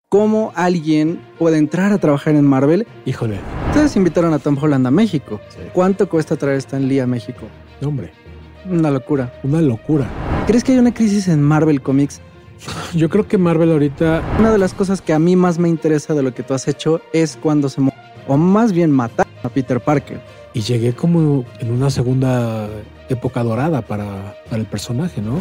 ¿Cómo alguien puede entrar a trabajar en Marvel? Híjole. Ustedes invitaron a Tom Holland a México. Sí. ¿Cuánto cuesta traer Stan Lee a México? No, hombre. Una locura. Una locura. ¿Crees que hay una crisis en Marvel Comics? Yo creo que Marvel ahorita... Una de las cosas que a mí más me interesa de lo que tú has hecho es cuando o más bien matar a Peter Parker. Y llegué como en una segunda época dorada para el personaje, ¿no?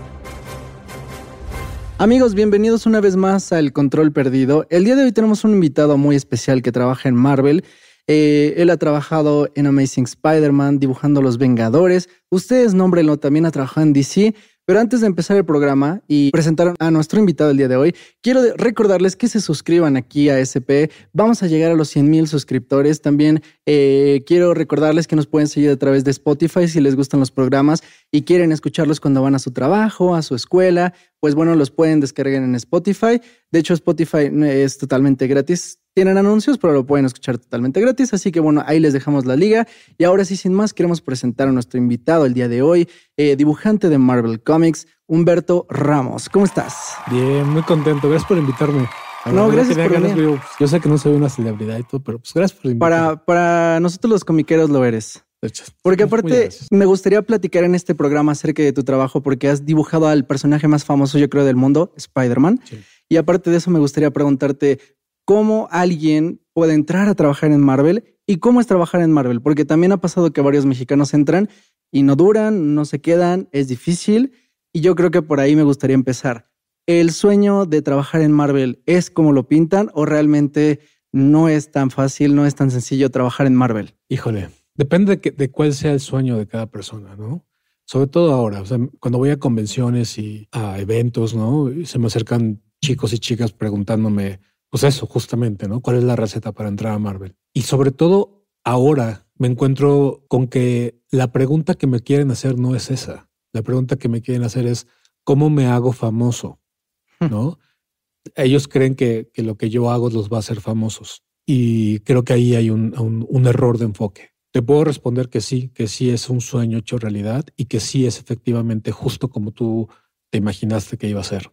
Amigos, bienvenidos una vez más a El Control Perdido. El día de hoy tenemos un invitado muy especial que trabaja en Marvel. Él ha trabajado en Amazing Spider-Man, dibujando Los Vengadores. Ustedes nómbrenlo, también ha trabajado en DC. Pero antes de empezar el programa y presentar a nuestro invitado el día de hoy, quiero recordarles que se suscriban aquí a SP. Vamos a llegar a los 100,000 suscriptores. También quiero recordarles que nos pueden seguir a través de Spotify si les gustan los programas y quieren escucharlos cuando van a su trabajo, a su escuela. Pues bueno, los pueden descargar en Spotify. De hecho, Spotify es totalmente gratis. Tienen anuncios, pero lo pueden escuchar totalmente gratis. Así que bueno, ahí les dejamos la liga. Y ahora sí, sin más, queremos presentar a nuestro invitado el día de hoy, dibujante de Marvel Comics, Humberto Ramos. ¿Cómo estás? Bien, muy contento. Gracias por invitarme. No, gracias por venir. Yo sé que no soy una celebridad y todo, pero pues gracias por invitarme. Para nosotros los comiqueros lo eres. Porque aparte me gustaría platicar en este programa acerca de tu trabajo porque has dibujado al personaje más famoso, yo creo, del mundo, Spider-Man. Sí. Y aparte de eso me gustaría preguntarte cómo alguien puede entrar a trabajar en Marvel y cómo es trabajar en Marvel. Porque también ha pasado que varios mexicanos entran y no duran, no se quedan, es difícil. Y yo creo que por ahí me gustaría empezar. ¿El sueño de trabajar en Marvel es como lo pintan o realmente no es tan fácil, no es tan sencillo trabajar en Marvel? Híjole. Depende de cuál sea el sueño de cada persona, ¿no? Sobre todo ahora, o sea, cuando voy a convenciones y a eventos, ¿no? Y se me acercan chicos y chicas preguntándome, pues eso, justamente, ¿no? ¿Cuál es la receta para entrar a Marvel? Y sobre todo ahora me encuentro con que la pregunta que me quieren hacer no es esa. La pregunta que me quieren hacer es, ¿cómo me hago famoso? ¿No? Ellos creen que lo que yo hago los va a hacer famosos. Y creo que ahí hay un error de enfoque. Te puedo responder que sí es un sueño hecho realidad y que sí es efectivamente justo como tú te imaginaste que iba a ser.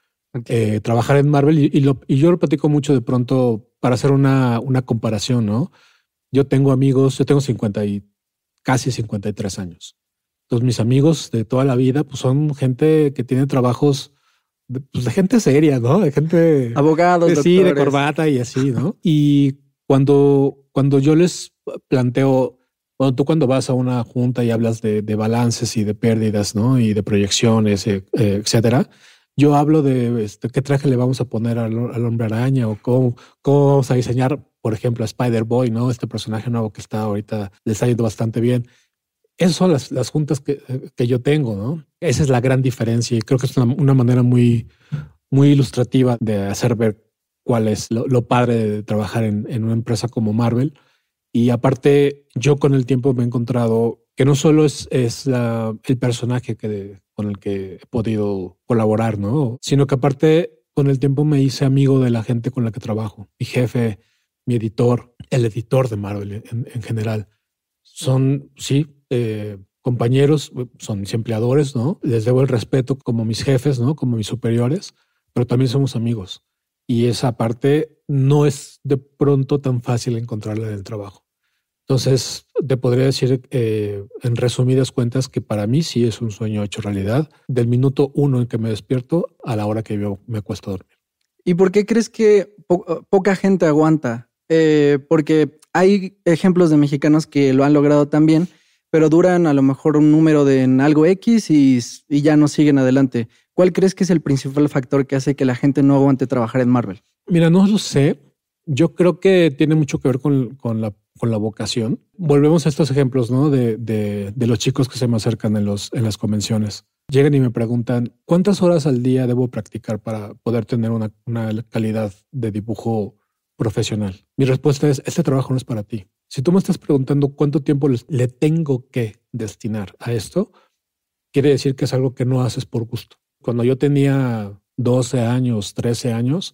Okay. Trabajar en Marvel y yo lo platico mucho de pronto para hacer una comparación, ¿no? Yo tengo amigos, yo tengo casi 53 años. Entonces mis amigos de toda la vida pues son gente que tiene trabajos de gente seria, ¿no? De gente... Abogados, doctores. Sí, de corbata y así, ¿no? Y cuando yo les planteo, bueno, tú cuando vas a una junta y hablas de balances y de pérdidas, ¿no? Y de proyecciones, etcétera, yo hablo de qué traje le vamos a poner al Hombre Araña o cómo vamos a diseñar, por ejemplo, a Spider-Boy, ¿no? Este personaje nuevo que está ahorita, le está yendo bastante bien. Esas son las juntas que yo tengo, ¿no? Esa es la gran diferencia y creo que es una manera muy, muy ilustrativa de hacer ver cuál es lo padre de trabajar en una empresa como Marvel. Y aparte, yo con el tiempo me he encontrado que no solo es el personaje con el que he podido colaborar, ¿no? Sino que aparte, con el tiempo me hice amigo de la gente con la que trabajo. Mi jefe, mi editor, el editor de Marvel en general. Son, sí, compañeros, son mis empleadores, ¿no? Les debo el respeto como mis jefes, ¿no? Como mis superiores, pero también somos amigos. Y esa parte no es de pronto tan fácil encontrarla en el trabajo. Entonces, te podría decir en resumidas cuentas que para mí sí es un sueño hecho realidad del minuto 1 en que me despierto a la hora que yo me acuesto a dormir. ¿Y por qué crees que poca gente aguanta? Porque hay ejemplos de mexicanos que lo han logrado también, pero duran a lo mejor un número en algo X y ya no siguen adelante. ¿Cuál crees que es el principal factor que hace que la gente no aguante trabajar en Marvel? Mira, no lo sé. Yo creo que tiene mucho que ver con la vocación. Volvemos a estos ejemplos, ¿no? De los chicos que se me acercan en las convenciones. Llegan y me preguntan, ¿cuántas horas al día debo practicar para poder tener una calidad de dibujo profesional? Mi respuesta es, este trabajo no es para ti. Si tú me estás preguntando cuánto tiempo le tengo que destinar a esto, quiere decir que es algo que no haces por gusto. Cuando yo tenía 12 años, 13 años,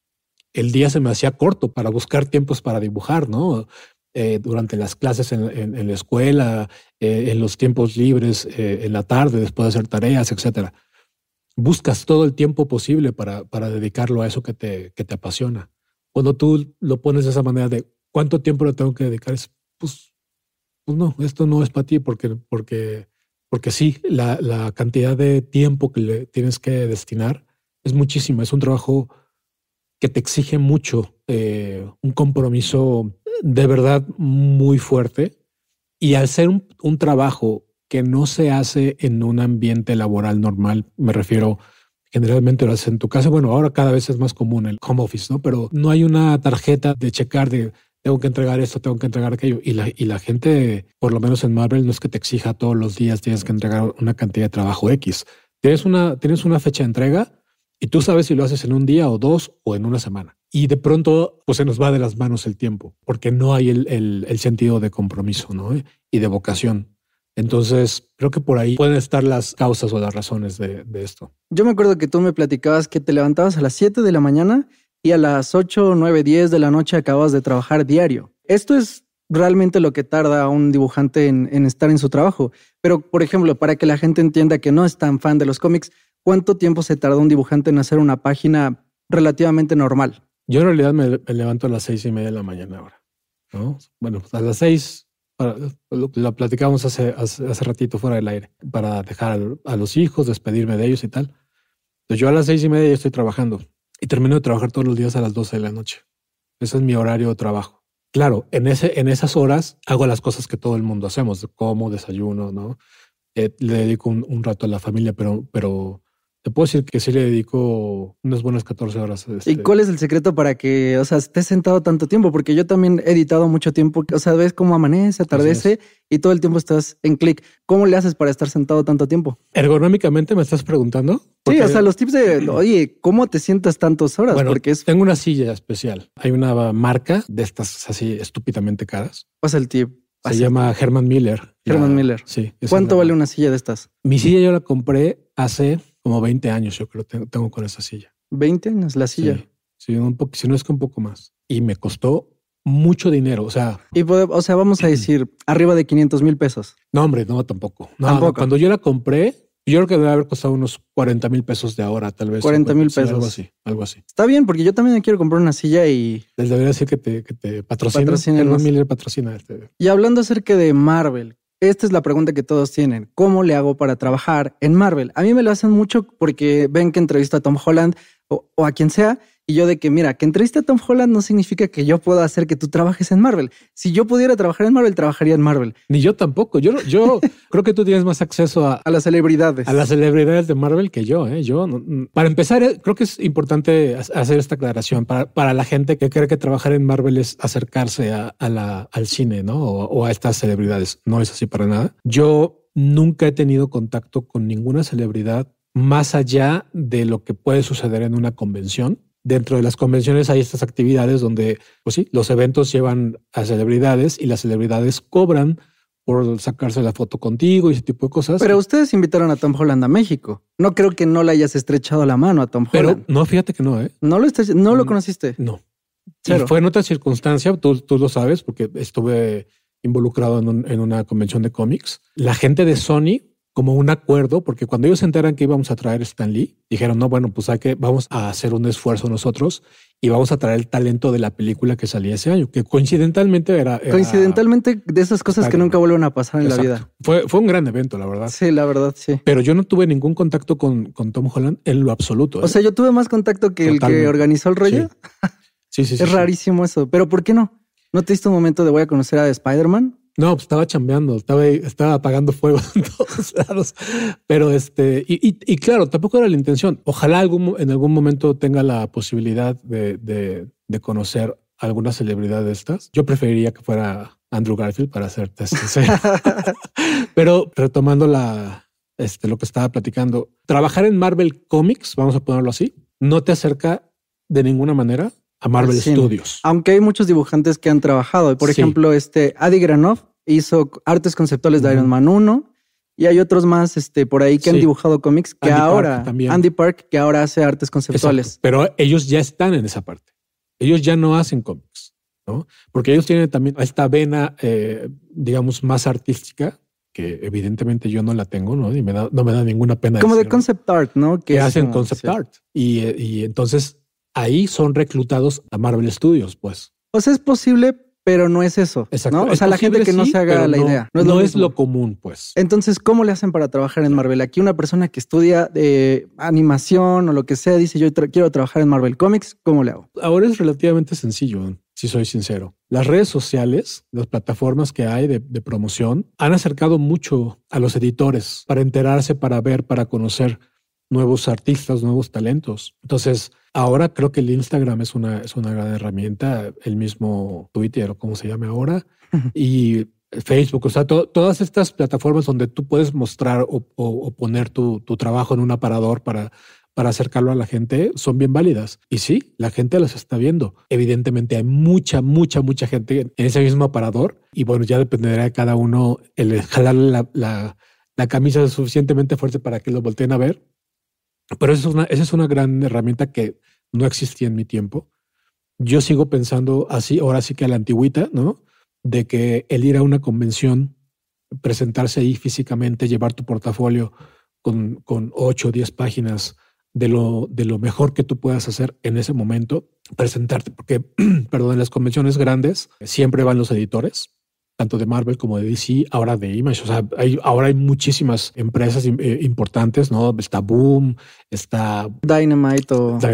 el día se me hacía corto para buscar tiempos para dibujar, ¿no? Durante las clases en la escuela, en los tiempos libres, en la tarde, después de hacer tareas, etcétera. buscas todo el tiempo posible para dedicarlo a eso que te apasiona. Cuando tú lo pones de esa manera de cuánto tiempo le tengo que dedicar, pues no, esto no es para ti porque sí, la cantidad de tiempo que le tienes que destinar es muchísima. Es un trabajo que te exige mucho, un compromiso de verdad muy fuerte. Y al ser un trabajo que no se hace en un ambiente laboral normal, me refiero, generalmente lo haces en tu casa. Bueno, ahora cada vez es más común el home office, ¿no? Pero no hay una tarjeta de checar de tengo que entregar esto, tengo que entregar aquello. Y la gente, por lo menos en Marvel, no es que te exija todos los días tienes que entregar una cantidad de trabajo X. Tienes una fecha de entrega y tú sabes si lo haces en un día o 2 o en una semana. Y de pronto pues se nos va de las manos el tiempo porque no hay el sentido de compromiso, ¿no? Y de vocación. Entonces creo que por ahí pueden estar las causas o las razones de esto. Yo me acuerdo que tú me platicabas que te levantabas a las 7 de la mañana y a las 8, 9, 10 de la noche acabas de trabajar diario. Esto es realmente lo que tarda un dibujante en estar en su trabajo. Pero, por ejemplo, para que la gente entienda que no es tan fan de los cómics, ¿cuánto tiempo se tarda un dibujante en hacer una página relativamente normal? Yo en realidad me levanto a las 6:30 de la mañana ahora, ¿no? Bueno, pues a las 6, lo platicamos hace ratito fuera del aire, para dejar a los hijos, despedirme de ellos y tal. Entonces yo a las 6:30 ya estoy trabajando y termino de trabajar todos los días a las 12 de la noche. Ese es mi horario de trabajo. Claro, en esas horas hago las cosas que todo el mundo hacemos, como desayuno, ¿no? Le dedico un rato a la familia, pero te puedo decir que sí le dedico unas buenas 14 horas. ¿Y cuál es el secreto para que, estés sentado tanto tiempo? Porque yo también he editado mucho tiempo, ves cómo amanece, atardece y todo el tiempo estás en clic. ¿Cómo le haces para estar sentado tanto tiempo? ¿Ergonómicamente me estás preguntando? Porque... Sí, los tips de, oye, ¿cómo te sientas tantas horas? Bueno, porque tengo una silla especial. Hay una marca de estas así estúpidamente caras. Pasa el tip. Se llama Herman Miller. Herman Miller. Sí. ¿Cuánto vale una silla de estas? Mi silla yo la compré hace como 20 años, yo creo, tengo con esa silla. 20 años la silla. Sí, si no es que un poco más. Y me costó mucho dinero, Y vamos a decir, arriba de 500,000 pesos. No, hombre, no, tampoco. ¿Tampoco? Cuando yo la compré, yo creo que debe haber costado unos 40,000 pesos de ahora, tal vez. 40,000 pesos. Algo así. Está bien, porque yo también quiero comprar una silla y... Les debería decir que te patrocinen. Herman Miller patrocina. Y hablando acerca de Marvel, esta es la pregunta que todos tienen. ¿Cómo le hago para trabajar en Marvel? A mí me lo hacen mucho porque ven que entrevisto a Tom Holland o a quien sea. Y yo de que, mira, que entreviste a Tom Holland no significa que yo pueda hacer que tú trabajes en Marvel. Si yo pudiera trabajar en Marvel, trabajaría en Marvel. Ni yo tampoco. Yo creo que tú tienes más acceso a las celebridades. A las celebridades de Marvel que yo. Para empezar, creo que es importante hacer esta aclaración para la gente que cree que trabajar en Marvel es acercarse al cine, ¿no? O a estas celebridades. No es así para nada. Yo nunca he tenido contacto con ninguna celebridad más allá de lo que puede suceder en una convención. Dentro de las convenciones hay estas actividades donde, pues sí, los eventos llevan a celebridades y las celebridades cobran por sacarse la foto contigo y ese tipo de cosas. Pero ustedes invitaron a Tom Holland a México. No creo que no le hayas estrechado la mano a Tom Holland. Pero no, fíjate que no, ¿eh? ¿No lo conociste? No. Cero. Y fue en otra circunstancia, tú lo sabes, porque estuve involucrado en una convención de cómics. La gente de Sony, como un acuerdo, porque cuando ellos se enteran que íbamos a traer Stan Lee, dijeron, no, bueno, pues vamos a hacer un esfuerzo nosotros y vamos a traer el talento de la película que salía ese año, que coincidentalmente era coincidentalmente de esas cosas que nunca vuelven a pasar en la vida. Fue un gran evento, la verdad. Sí, la verdad, sí. Pero yo no tuve ningún contacto con Tom Holland en lo absoluto. O sea, yo tuve más contacto que Totalmente. El que organizó el rollo. Sí. Es rarísimo eso. Pero ¿por qué no? ¿No te diste un momento de voy a conocer a Spider-Man? No, pues estaba chambeando, estaba apagando fuego en todos lados. Pero y claro, tampoco era la intención. Ojalá en algún momento tenga la posibilidad de conocer alguna celebridad de estas. Yo preferiría que fuera Andrew Garfield, para serte sincero. Pero retomando lo que estaba platicando, trabajar en Marvel Comics, vamos a ponerlo así, no te acerca de ninguna manera a Marvel Studios. Aunque hay muchos dibujantes que han trabajado. Por ejemplo, Adi Granov hizo artes conceptuales de Iron Man 1 y hay otros más por ahí que han dibujado cómics que Andy Park, que ahora hace artes conceptuales. Exacto. Pero ellos ya están en esa parte. Ellos ya no hacen cómics, ¿no? Porque ellos tienen también esta vena, digamos, más artística que evidentemente yo no la tengo, ¿no? Y no me da ninguna pena. Como de concept art, ¿no? Que hacen concept art. Y entonces ahí son reclutados a Marvel Studios, pues. O sea, es posible, pero no es eso. Exacto. ¿no? O sea, la gente que no se haga la idea. No es lo común, pues. Entonces, ¿cómo le hacen para trabajar en Marvel? Aquí una persona que estudia animación o lo que sea dice, yo quiero trabajar en Marvel Comics, ¿cómo le hago? Ahora es relativamente sencillo, si soy sincero. Las redes sociales, las plataformas que hay de promoción, han acercado mucho a los editores para enterarse, para ver, para conocer nuevos artistas, nuevos talentos. Entonces, ahora creo que el Instagram es una gran herramienta, el mismo Twitter o como se llame ahora, y Facebook, o sea, todas estas plataformas donde tú puedes mostrar o poner tu trabajo en un aparador para acercarlo a la gente son bien válidas. Y sí, la gente las está viendo. Evidentemente hay mucha gente en ese mismo aparador y bueno, ya dependerá de cada uno el jalar la camisa suficientemente fuerte para que lo volteen a ver. Pero esa es una gran herramienta que no existía en mi tiempo. Yo sigo pensando así, ahora sí que a la antigüita, ¿no? De que el ir a una convención, presentarse ahí físicamente, llevar tu portafolio con 8 o 10 páginas de lo mejor que tú puedas hacer en ese momento, presentarte, porque, perdón, en las convenciones grandes siempre van los editores, tanto de Marvel como de DC, ahora de Image. O sea, ahora hay muchísimas empresas importantes, ¿no? Está Boom, está Dynamite.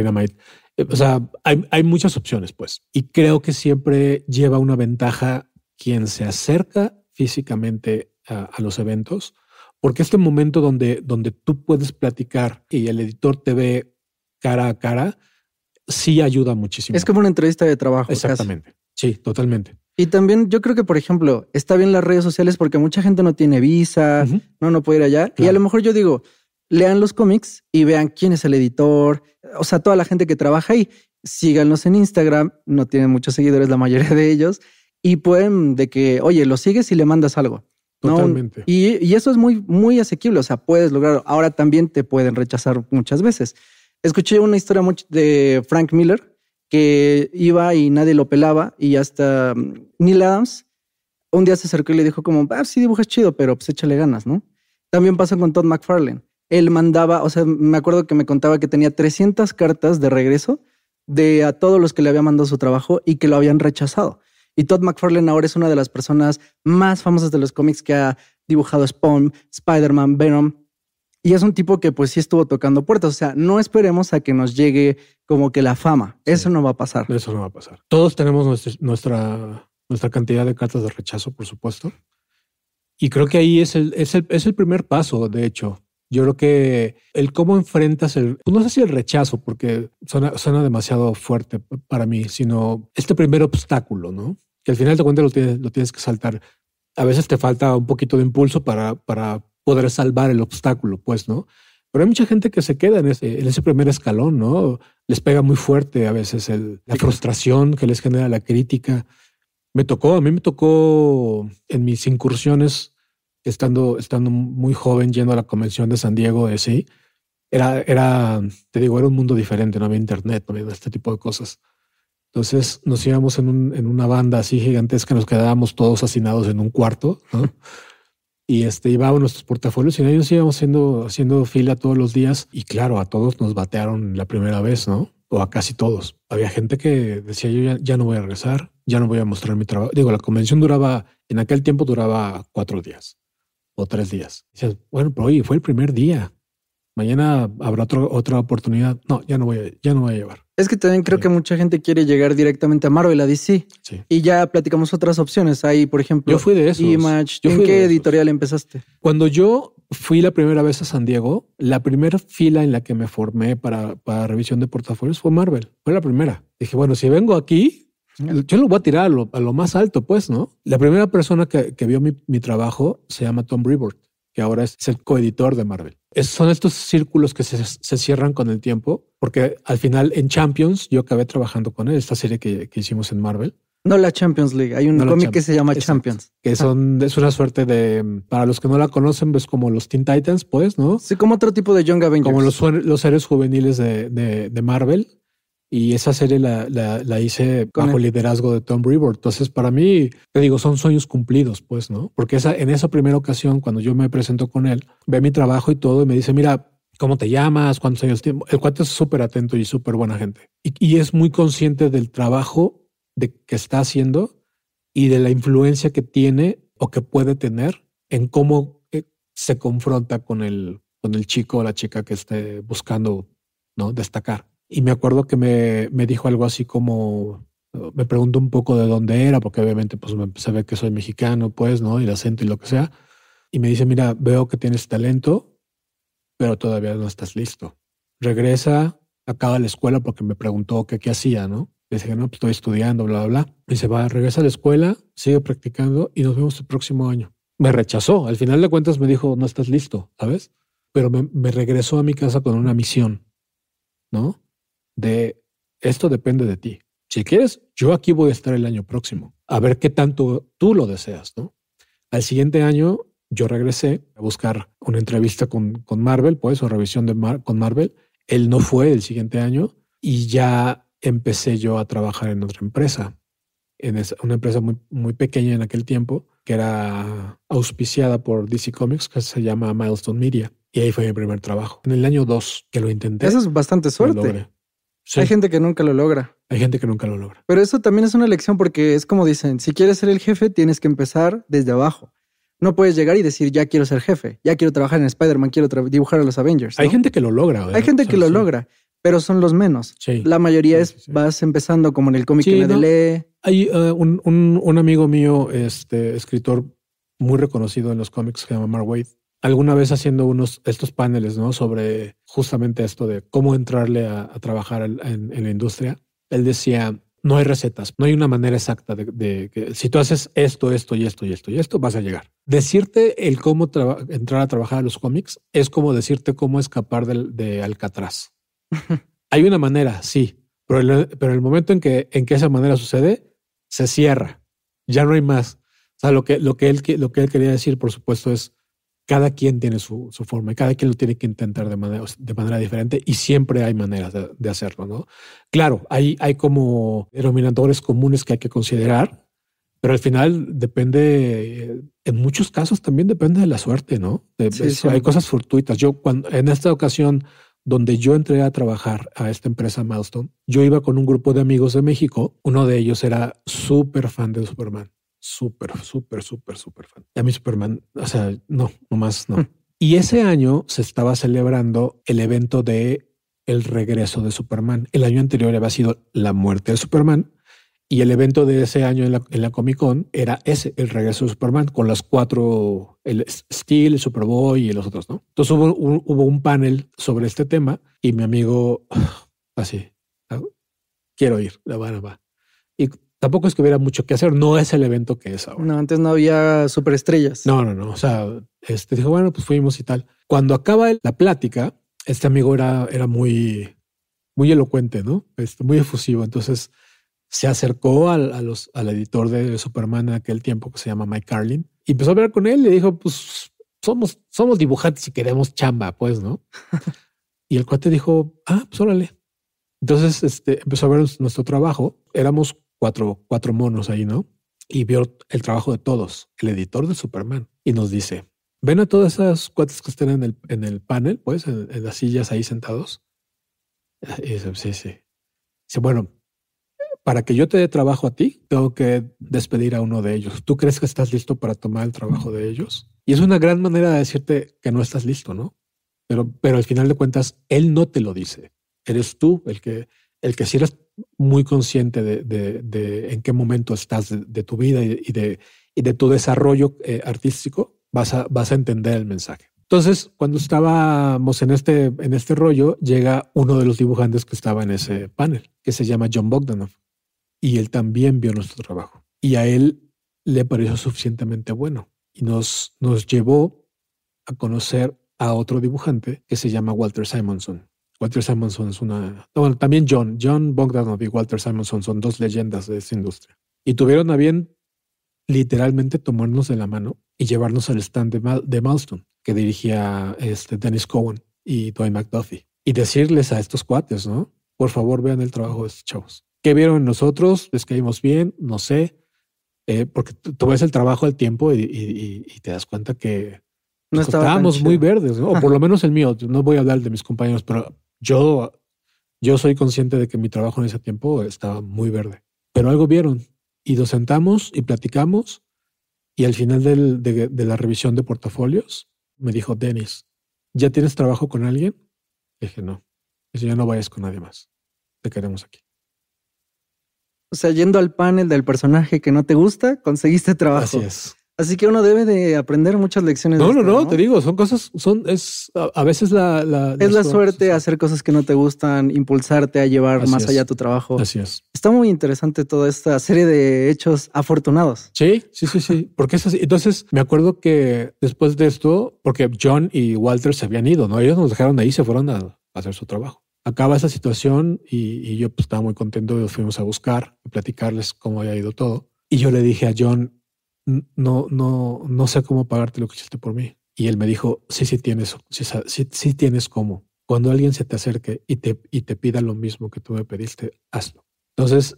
O sea, hay muchas opciones, pues. Y creo que siempre lleva una ventaja quien se acerca físicamente a los eventos, porque este momento donde tú puedes platicar y el editor te ve cara a cara, sí ayuda muchísimo. Es como una entrevista de trabajo. Exactamente. Casi. Sí, totalmente. Y también yo creo que, por ejemplo, está bien las redes sociales porque mucha gente no tiene visa, no puede ir allá. Claro. Y a lo mejor yo digo, lean los cómics y vean quién es el editor. O sea, toda la gente que trabaja ahí, síganlos en Instagram. No tienen muchos seguidores la mayoría de ellos. Y pueden de que, oye, lo sigues y le mandas algo. Totalmente. ¿No? Y eso es muy asequible. O sea, puedes lograrlo. Ahora también te pueden rechazar muchas veces. Escuché una historia de Frank Miller, que iba y nadie lo pelaba y hasta Neil Adams un día se acercó y le dijo como, sí dibujas chido, pero pues échale ganas, ¿no? También pasa con Todd McFarlane. Él mandaba, o sea, me acuerdo que me contaba que tenía 300 cartas de regreso a todos los que le había mandado su trabajo y que lo habían rechazado. Y Todd McFarlane ahora es una de las personas más famosas de los cómics que ha dibujado Spawn, Spider-Man, Venom. Y es un tipo que pues sí estuvo tocando puertas. O sea, no esperemos a que nos llegue como que la fama. Sí. Eso no va a pasar. Eso no va a pasar. Todos tenemos nuestra cantidad de cartas de rechazo, por supuesto. Y creo que ahí es el primer paso, de hecho. Yo creo que el cómo enfrentas no sé si el rechazo, porque suena demasiado fuerte para mí, sino este primer obstáculo, ¿no? Que al final de cuentas lo tienes que saltar. A veces te falta un poquito de impulso para poder salvar el obstáculo, pues, ¿no? Pero hay mucha gente que se queda en ese primer escalón, ¿no? Les pega muy fuerte a veces la frustración que les genera la crítica. A mí me tocó en mis incursiones, estando muy joven, yendo a la convención de San Diego, sí. Era un mundo diferente, no había internet, no había este tipo de cosas. Entonces nos íbamos en una banda así gigantesca, nos quedábamos todos hacinados en un cuarto, ¿no? Y llevábamos nuestros portafolios y ahí nos íbamos haciendo fila todos los días. Y claro, a todos nos batearon la primera vez, ¿no? O a casi todos. Había gente que decía, yo ya no voy a regresar, ya no voy a mostrar mi trabajo. Digo, la convención en aquel tiempo duraba 4 días o 3 días. Y decías, bueno, pero oye, fue el primer día. Mañana habrá otra oportunidad. No, ya no voy a llevar. Es que también creo que mucha gente quiere llegar directamente a Marvel, a DC. Sí. Y ya platicamos otras opciones. Ahí, por ejemplo, yo fui de esos. Image. ¿En qué editorial empezaste? Cuando yo fui la primera vez a San Diego, la primera fila en la que me formé para revisión de portafolios fue Marvel. Fue la primera. Dije, bueno, si vengo aquí, yo lo voy a tirar a lo más alto, pues, ¿no? La primera persona que vio mi trabajo se llama Tom Brevoort, que ahora es el coeditor de Marvel. Son estos círculos que se cierran con el tiempo, porque al final en Champions yo acabé trabajando con él, esta serie que hicimos en Marvel. No la Champions League, hay un cómic que se llama Champions. Que es una suerte de, para los que no la conocen, pues como los Teen Titans, pues, ¿no? Sí, como otro tipo de Young Avengers. Como los héroes juveniles de Marvel. Y esa serie la hice Con bajo el él. liderazgo de Tom Brevoort. Entonces, para mí, te digo, son sueños cumplidos, pues, ¿no? Porque en esa primera ocasión, cuando yo me presento con él, ve mi trabajo y todo, y me dice, mira, ¿cómo te llamas? ¿Cuántos años tienes? El cuate es súper atento y súper buena gente. Y es muy consciente del trabajo que está haciendo y de la influencia que tiene o que puede tener en cómo se confronta con el chico o la chica que esté buscando, ¿no?, destacar. Y me acuerdo que me dijo algo así como, me preguntó un poco de dónde era, porque obviamente pues se ve que soy mexicano, pues, ¿no? Y el acento y lo que sea. Y me dice, mira, veo que tienes talento, pero todavía no estás listo. Regresa, acaba la escuela porque me preguntó qué hacía, ¿no? Le dije, no, pues estoy estudiando, bla, bla, bla. Y se va, regresa a la escuela, sigue practicando y nos vemos el próximo año. Me rechazó. Al final de cuentas me dijo, no estás listo, ¿sabes? Pero me regresó a mi casa con una misión, ¿no? De esto depende de ti. Si quieres, yo aquí voy a estar el año próximo, a ver qué tanto tú lo deseas, ¿no? Al siguiente año yo regresé a buscar una entrevista con Marvel, pues, o revisión con Marvel. Él no fue el siguiente año y ya empecé yo a trabajar en otra empresa, una empresa muy, muy pequeña en aquel tiempo, que era auspiciada por DC Comics, que se llama Milestone Media. Y ahí fue mi primer trabajo. En el año 2 que lo intenté. Eso es bastante lo suerte. logré. Sí, Hay gente que nunca lo logra. hay gente que nunca lo logra. Pero eso también es una lección porque es como dicen, si quieres ser el jefe, tienes que empezar desde abajo. No puedes llegar y decir, ya quiero ser jefe, ya quiero trabajar en Spider-Man, quiero dibujar a los Avengers, ¿no? Hay gente que lo logra. Hay gente que lo logra, pero son los menos. Sí. La mayoría Sí. vas empezando como en el cómic Sí, que nadie ¿no? lee. Hay un amigo mío, escritor muy reconocido en los cómics, que se llama Mark Waid, alguna vez haciendo estos paneles, ¿no?, sobre justamente esto de cómo entrarle a trabajar en la industria. Él decía, no hay recetas, no hay una manera exacta de que si tú haces esto, esto y esto y esto y esto, vas a llegar. Decirte el cómo entrar a trabajar a los cómics es como decirte cómo escapar de Alcatraz. Hay una manera, sí, pero el momento en que esa manera sucede, se cierra. Ya no hay más. O sea, lo que él quería decir, por supuesto, es cada quien tiene su forma y cada quien lo tiene que intentar de manera diferente y siempre hay maneras de hacerlo, ¿no? Claro, hay como denominadores comunes que hay que considerar, pero al final depende, en muchos casos también depende de la suerte, ¿no? Sí. Hay cosas fortuitas. En esta ocasión donde yo entré a trabajar a esta empresa Milestone, yo iba con un grupo de amigos de México. Uno de ellos era súper fan de Superman. Súper fan. Y a mí Superman, o sea, no más no. Y ese año se estaba celebrando el evento de el regreso de Superman. El año anterior había sido la muerte de Superman y el evento de ese año en la Comic Con era el regreso de Superman con las 4, el Steel, el Superboy y los otros, ¿no? Entonces hubo un panel sobre este tema y mi amigo así, quiero ir, va. Y tampoco es que hubiera mucho que hacer. No es el evento que es ahora. No, antes no había superestrellas. No. O sea, dijo, bueno, pues fuimos y tal. Cuando acaba la plática, este amigo era muy, muy elocuente, ¿no? Muy efusivo. Entonces se acercó al editor de Superman en aquel tiempo, que se llama Mike Carlin, y empezó a hablar con él. Le dijo, pues somos dibujantes y queremos chamba, pues, ¿no? Y el cuate dijo, pues órale. Entonces empezó a ver nuestro trabajo. Éramos cuatro monos ahí, ¿no? Y vio el trabajo de todos, el editor de Superman, y nos dice, ven a todas esas cuates que están en el panel, pues, en las sillas ahí sentados. Y dice, sí. Dice, bueno, para que yo te dé trabajo a ti, tengo que despedir a uno de ellos. ¿Tú crees que estás listo para tomar el trabajo de ellos? Y es una gran manera de decirte que no estás listo, ¿no? Pero al final de cuentas, él no te lo dice. Eres tú el que si eres muy consciente de en qué momento estás de tu vida y de tu desarrollo artístico, vas a entender el mensaje. Entonces, cuando estábamos en este rollo, llega uno de los dibujantes que estaba en ese panel, que se llama John Bogdanov, y él también vio nuestro trabajo. Y a él le pareció suficientemente bueno y nos llevó a conocer a otro dibujante que se llama Walter Simonson. Walter Simonson es bueno, también John Bogdanov y Walter Simonson son dos leyendas de esta industria. Y tuvieron a bien literalmente tomarnos de la mano y llevarnos al stand de Milestone, que dirigía Dennis Cowan y Dwayne McDuffie. Y decirles a estos cuates, ¿no? por favor vean el trabajo de estos chavos. ¿Qué vieron en nosotros? ¿Les caímos bien? No sé. Porque tú ves el trabajo al tiempo y te das cuenta que No pues, estaba tan estábamos chido. muy verdes, ¿no? O por lo menos el mío. No voy a hablar de mis compañeros, pero yo soy consciente de que mi trabajo en ese tiempo estaba muy verde. Pero algo vieron y nos sentamos y platicamos. Y al final de la revisión de portafolios me dijo, Dennis, ¿ya tienes trabajo con alguien? Le dije, no. Dice, ya no vayas con nadie más. Te queremos aquí. O sea, yendo al panel del personaje que no te gusta, conseguiste trabajo. Así es. Así que uno debe de aprender muchas lecciones. No, te digo, son cosas, a veces es la suerte hacer cosas que no te gustan, impulsarte a llevar más allá tu trabajo. Así es. Está muy interesante toda esta serie de hechos afortunados. Sí. Porque es así. Entonces me acuerdo que después de esto, porque John y Walter se habían ido, ¿no? Ellos nos dejaron ahí y se fueron a hacer su trabajo. Acaba esa situación y yo pues, estaba muy contento y los fuimos a buscar y platicarles cómo había ido todo. Y yo le dije a John, no sé cómo pagarte lo que hiciste por mí. Y él me dijo, sí tienes cómo. Cuando alguien se te acerque y te pida lo mismo que tú me pediste, hazlo. Entonces,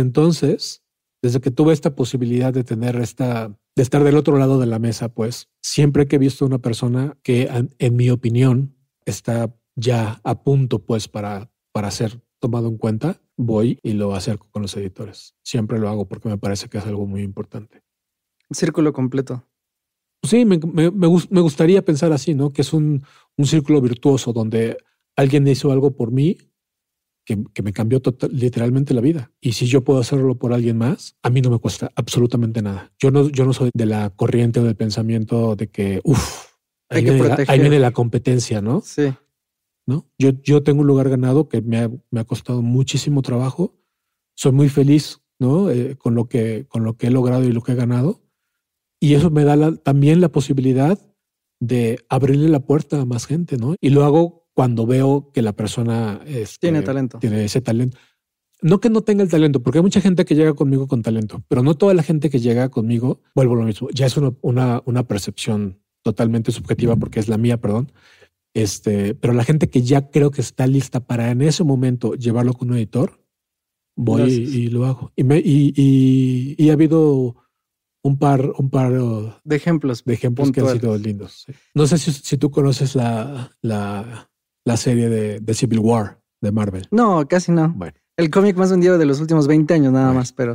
desde que tuve esta posibilidad de tener de estar del otro lado de la mesa, pues siempre que he visto una persona que en mi opinión está ya a punto pues para ser tomado en cuenta, voy y lo acerco con los editores. Siempre lo hago porque me parece que es algo muy importante. Círculo completo. Sí, me gustaría pensar así, ¿no? Que es un círculo virtuoso donde alguien hizo algo por mí que me cambió literalmente la vida. Y si yo puedo hacerlo por alguien más, a mí no me cuesta absolutamente nada. Yo no soy de la corriente o del pensamiento de que, ahí viene la competencia, ¿no? Sí. ¿No? Yo tengo un lugar ganado que me ha costado muchísimo trabajo. Soy muy feliz, ¿no? Con lo que he logrado y lo que he ganado. Y eso me da también la posibilidad de abrirle la puerta a más gente, ¿no? Y lo hago cuando veo que la persona tiene talento. Tiene ese talento. No que no tenga el talento, porque hay mucha gente que llega conmigo con talento, pero no toda la gente que llega conmigo, vuelvo a lo mismo. Ya es una percepción totalmente subjetiva porque es la mía, perdón. Pero la gente que ya creo que está lista para en ese momento llevarlo con un editor, voy y lo hago. Y ha habido un par de ejemplos que han sido lindos. Sí. No sé si tú conoces la serie de Civil War de Marvel. No, casi no. Bueno. El cómic más vendido de los últimos 20 años nada más, pero...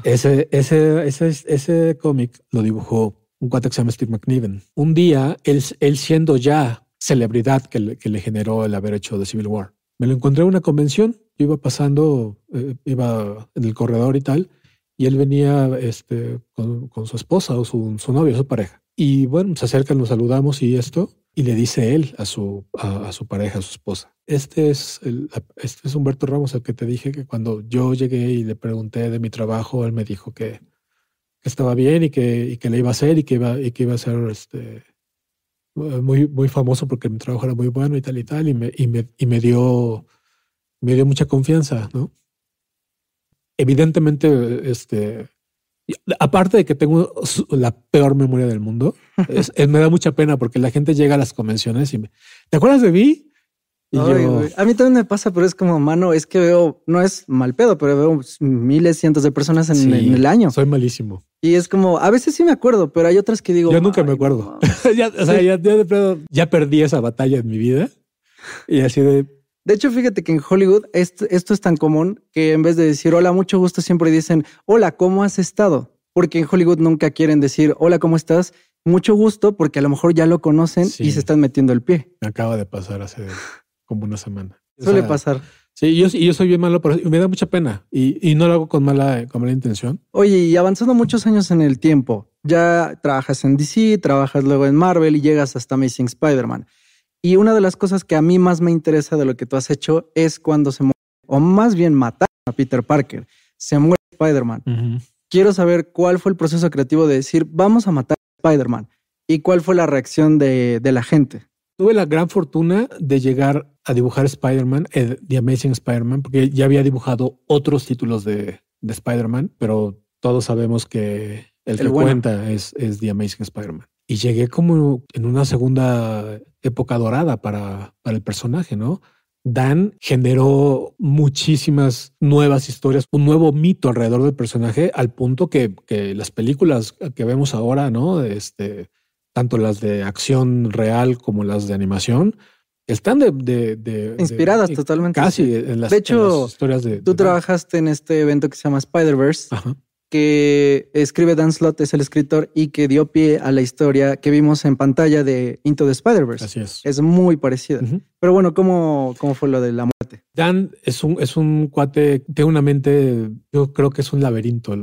Ese cómic lo dibujó un cuate que se llama Steve McNiven. Un día, él siendo ya celebridad que le generó el haber hecho de Civil War. Me lo encontré en una convención, iba pasando, iba en el corredor y tal, y él venía con su esposa o su novia, su pareja. Y bueno, se acercan, nos saludamos y esto, y le dice él a su pareja, a su esposa, este es Humberto Ramos, el que te dije que cuando yo llegué y le pregunté de mi trabajo, él me dijo que estaba bien y que le iba a hacer y que iba a ser muy, muy famoso porque mi trabajo era muy bueno y tal, y me dio mucha confianza, ¿no? Evidentemente, aparte de que tengo la peor memoria del mundo, me da mucha pena porque la gente llega a las convenciones y ¿te acuerdas de mí? Y a mí también me pasa, pero es como, mano, es que veo, no es mal pedo, pero veo miles, cientos de personas en el año. Soy malísimo. Y es como, a veces sí me acuerdo, pero hay otras que digo... Yo nunca me acuerdo. No. ya perdí esa batalla en mi vida. Y así de... De hecho, fíjate que en Hollywood esto es tan común que en vez de decir hola, mucho gusto, siempre dicen hola, ¿cómo has estado? Porque en Hollywood nunca quieren decir hola, ¿cómo estás? Mucho gusto, porque a lo mejor ya lo conocen y se están metiendo el pie. Me acaba de pasar hace como una semana. Suele pasar. Sí, yo soy bien malo, pero me da mucha pena y no lo hago con mala intención. Oye, y avanzando muchos años en el tiempo, ya trabajas en DC, trabajas luego en Marvel y llegas hasta Amazing Spider-Man. Y una de las cosas que a mí más me interesa de lo que tú has hecho es cuando se muere, o más bien matar a Peter Parker. Se muere Spider-Man. Uh-huh. Quiero saber cuál fue el proceso creativo de decir, vamos a matar a Spider-Man. ¿Y cuál fue la reacción de la gente? Tuve la gran fortuna de llegar a dibujar Spider-Man, The Amazing Spider-Man, porque ya había dibujado otros títulos de Spider-Man, pero todos sabemos que el que cuenta es The Amazing Spider-Man. Y llegué como en una segunda época dorada para el personaje, ¿no? Dan generó muchísimas nuevas historias, un nuevo mito alrededor del personaje, al punto que las películas que vemos ahora, ¿no? Tanto las de acción real como las de animación, están inspiradas totalmente. Casi en las, de hecho, en las historias de... Tú trabajaste en este evento que se llama Spider-Verse, que escribe Dan Slott, es el escritor, y que dio pie a la historia que vimos en pantalla de Into the Spider-Verse. Así es. Es muy parecida. Pero bueno, ¿cómo fue lo de la muerte? Dan es un cuate, tiene una mente, yo creo que es un laberinto,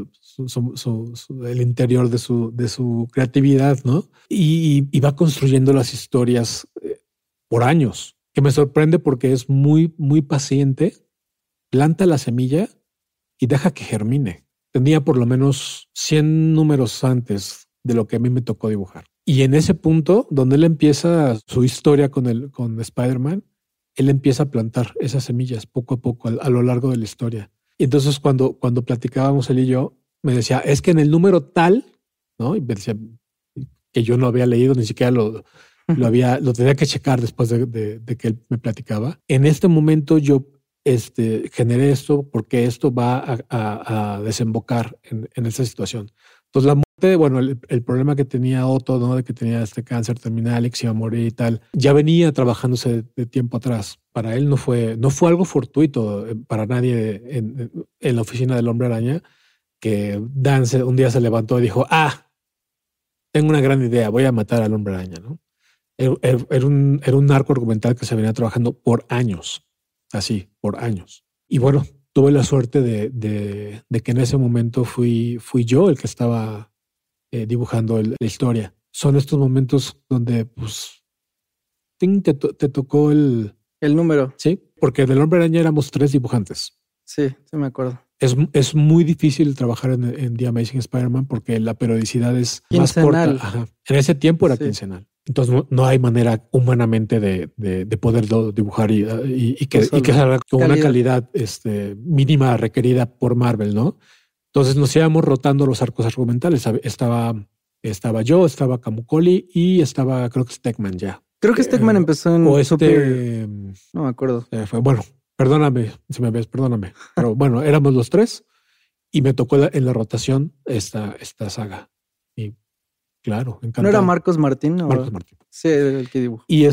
el interior de su creatividad, ¿no? Y va construyendo las historias por años, que me sorprende porque es muy, muy paciente, planta la semilla y deja que germine. Tenía por lo menos 100 números antes de lo que a mí me tocó dibujar. Y en ese punto, donde él empieza su historia con Spider-Man, él empieza a plantar esas semillas poco a poco a lo largo de la historia. Y entonces cuando platicábamos él y yo, me decía, es que en el número tal, ¿no? Y me decía que yo no había leído, ni siquiera lo tenía que checar después de que él me platicaba. En este momento yo generé esto porque esto va a desembocar en esa situación. Entonces la muerte, bueno, el problema que tenía Otto, ¿no? De que tenía este cáncer terminal y que se iba a morir y tal, ya venía trabajándose de tiempo atrás. Para él no fue algo fortuito para nadie en la oficina del Hombre Araña, que Dan un día se levantó y dijo, tengo una gran idea, voy a matar al Hombre Araña, ¿no? Era un arco argumental que se venía trabajando por años, así, por años. Y bueno, tuve la suerte de que en ese momento fui yo el que estaba dibujando la historia. Son estos momentos donde pues te tocó el número. Sí, porque del Hombre Araña éramos 3 dibujantes. Sí, me acuerdo. Es muy difícil trabajar en The Amazing Spider-Man porque la periodicidad es quincenal. Más corta. En ese tiempo era quincenal. Entonces no hay manera humanamente de poderlo dibujar y que salga con una calidad mínima requerida por Marvel, ¿no? Entonces nos íbamos rotando los arcos argumentales. Estaba yo, estaba Camuncoli y estaba, creo que Stegman ya. Creo que Stegman empezó en no me acuerdo. Bueno, perdóname si me ves, perdóname. Pero bueno, éramos los 3 y me tocó en la rotación esta saga. Y claro, encantado. ¿No era Marcos Martín? Marcos Martín. Sí, el que dibujó. Y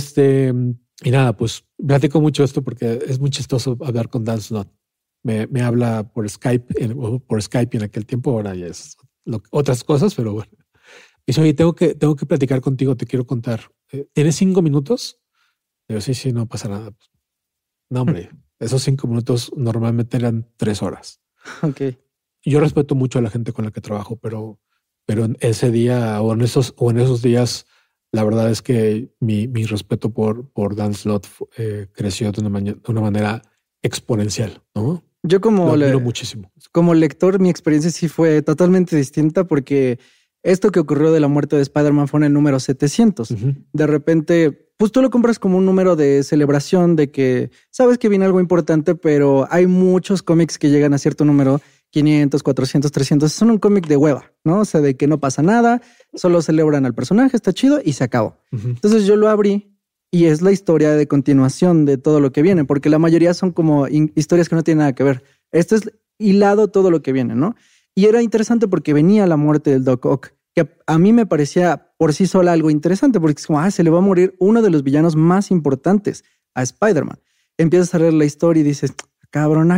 y nada, pues platico mucho esto porque es muy chistoso hablar con Dan Slott. Me habla por Skype, y en aquel tiempo, ahora ya es otras cosas, pero bueno. Y dice, oye, tengo que platicar contigo, te quiero contar. ¿Tienes 5 minutos? Digo, sí, no pasa nada. No, hombre, esos 5 minutos normalmente eran 3 horas. Ok. Yo respeto mucho a la gente con la que trabajo, pero en ese día o en esos días, la verdad es que mi respeto por Dan Slott creció de una manera exponencial, ¿no? Yo lo admiro muchísimo. Como lector, mi experiencia sí fue totalmente distinta porque esto que ocurrió de la muerte de Spider-Man fue en el número 700. De repente, pues tú lo compras como un número de celebración de que sabes que viene algo importante, pero hay muchos cómics que llegan a cierto número, 500, 400, 300. Son un cómic de hueva, ¿no? O sea, de que no pasa nada, solo celebran al personaje, está chido y se acabó. Entonces yo lo abrí y es la historia de continuación de todo lo que viene, porque la mayoría son como historias que no tienen nada que ver. Esto es hilado todo lo que viene, ¿no? Y era interesante porque venía la muerte del Doc Ock, que a mí me parecía por sí sola algo interesante, porque es como, se le va a morir uno de los villanos más importantes a Spider-Man. Empiezas a leer la historia y dices, cabrón.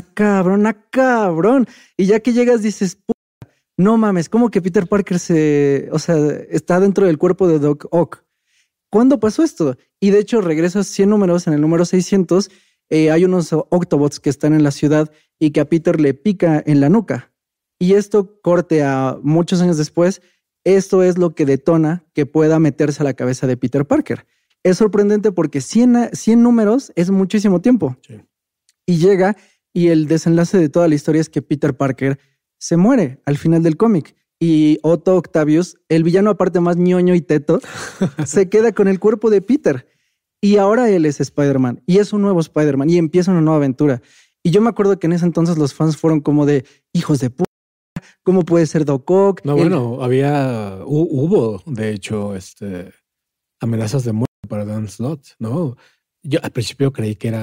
Y ya que llegas dices, no mames, ¿cómo que Peter Parker está dentro del cuerpo de Doc Ock? ¿Cuándo pasó esto? Y de hecho regresas 100 números, en el número 600, hay unos Octobots que están en la ciudad y que a Peter le pica en la nuca. Y esto corte a muchos años después, esto es lo que detona que pueda meterse a la cabeza de Peter Parker. Es sorprendente porque 100 números es muchísimo tiempo. Sí. Y llega y el desenlace de toda la historia es que Peter Parker se muere al final del cómic. Y Otto Octavius, el villano aparte más ñoño y teto, se queda con el cuerpo de Peter. Y ahora él es Spider-Man. Y es un nuevo Spider-Man. Y empieza una nueva aventura. Y yo me acuerdo que en ese entonces los fans fueron como de hijos de puta. ¿Cómo puede ser Doc Ock? No, bueno, hubo, de hecho, amenazas de muerte para Dan Slott, ¿no? Yo al principio creí que era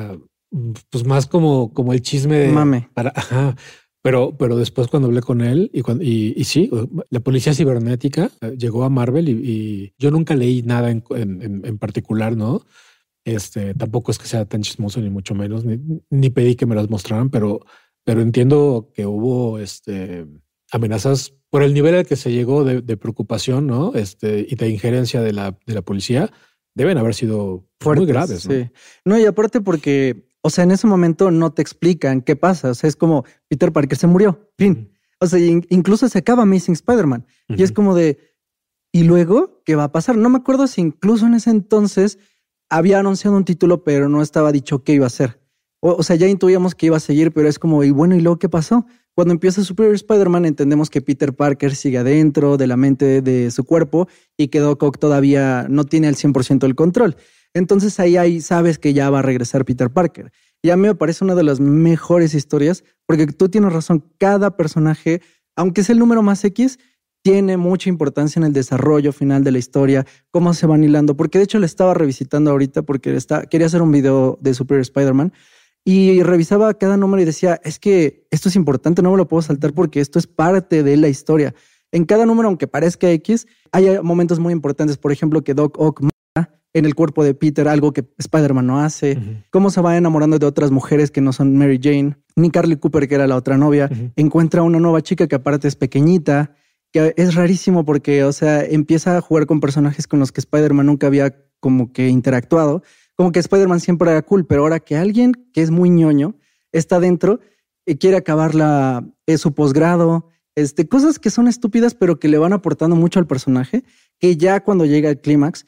pues más como el chisme de Mame. ajá. Pero después cuando hablé con él y sí, la policía cibernética llegó a Marvel y yo nunca leí nada en particular, ¿no? Tampoco es que sea tan chismoso ni mucho menos, ni pedí que me las mostraran, pero entiendo que hubo amenazas por el nivel al que se llegó de preocupación, ¿no? Y de injerencia de la policía, deben haber sido pues, muy graves, ¿no? Sí. No, y aparte porque, o sea, en ese momento no te explican qué pasa. O sea, es como Peter Parker se murió. Fin. O sea, incluso se acaba Amazing Spider-Man. Y es como de, ¿y luego qué va a pasar? No me acuerdo si incluso en ese entonces había anunciado un título, pero no estaba dicho qué iba a ser. O sea, ya intuíamos que iba a seguir, pero es como, y bueno, ¿y luego qué pasó? Cuando empieza Superior Spider-Man entendemos que Peter Parker sigue adentro de la mente de su cuerpo y que Doc Ock todavía no tiene al 100% el control. Entonces ahí sabes que ya va a regresar Peter Parker. Y a mí me parece una de las mejores historias, porque tú tienes razón, cada personaje, aunque es el número más X, tiene mucha importancia en el desarrollo final de la historia, cómo se van hilando, porque de hecho le estaba revisitando ahorita porque quería hacer un video de Superior Spider-Man y revisaba cada número y decía, es que esto es importante, no me lo puedo saltar porque esto es parte de la historia. En cada número, aunque parezca X, hay momentos muy importantes, por ejemplo, que Doc Ock en el cuerpo de Peter, algo que Spider-Man no hace, cómo se va enamorando de otras mujeres que no son Mary Jane, ni Carly Cooper, que era la otra novia, encuentra una nueva chica que aparte es pequeñita, que es rarísimo porque, o sea, empieza a jugar con personajes con los que Spider-Man nunca había como que interactuado, como que Spider-Man siempre era cool, pero ahora que alguien que es muy ñoño está dentro y quiere acabar su posgrado, cosas que son estúpidas, pero que le van aportando mucho al personaje, que ya cuando llega al clímax,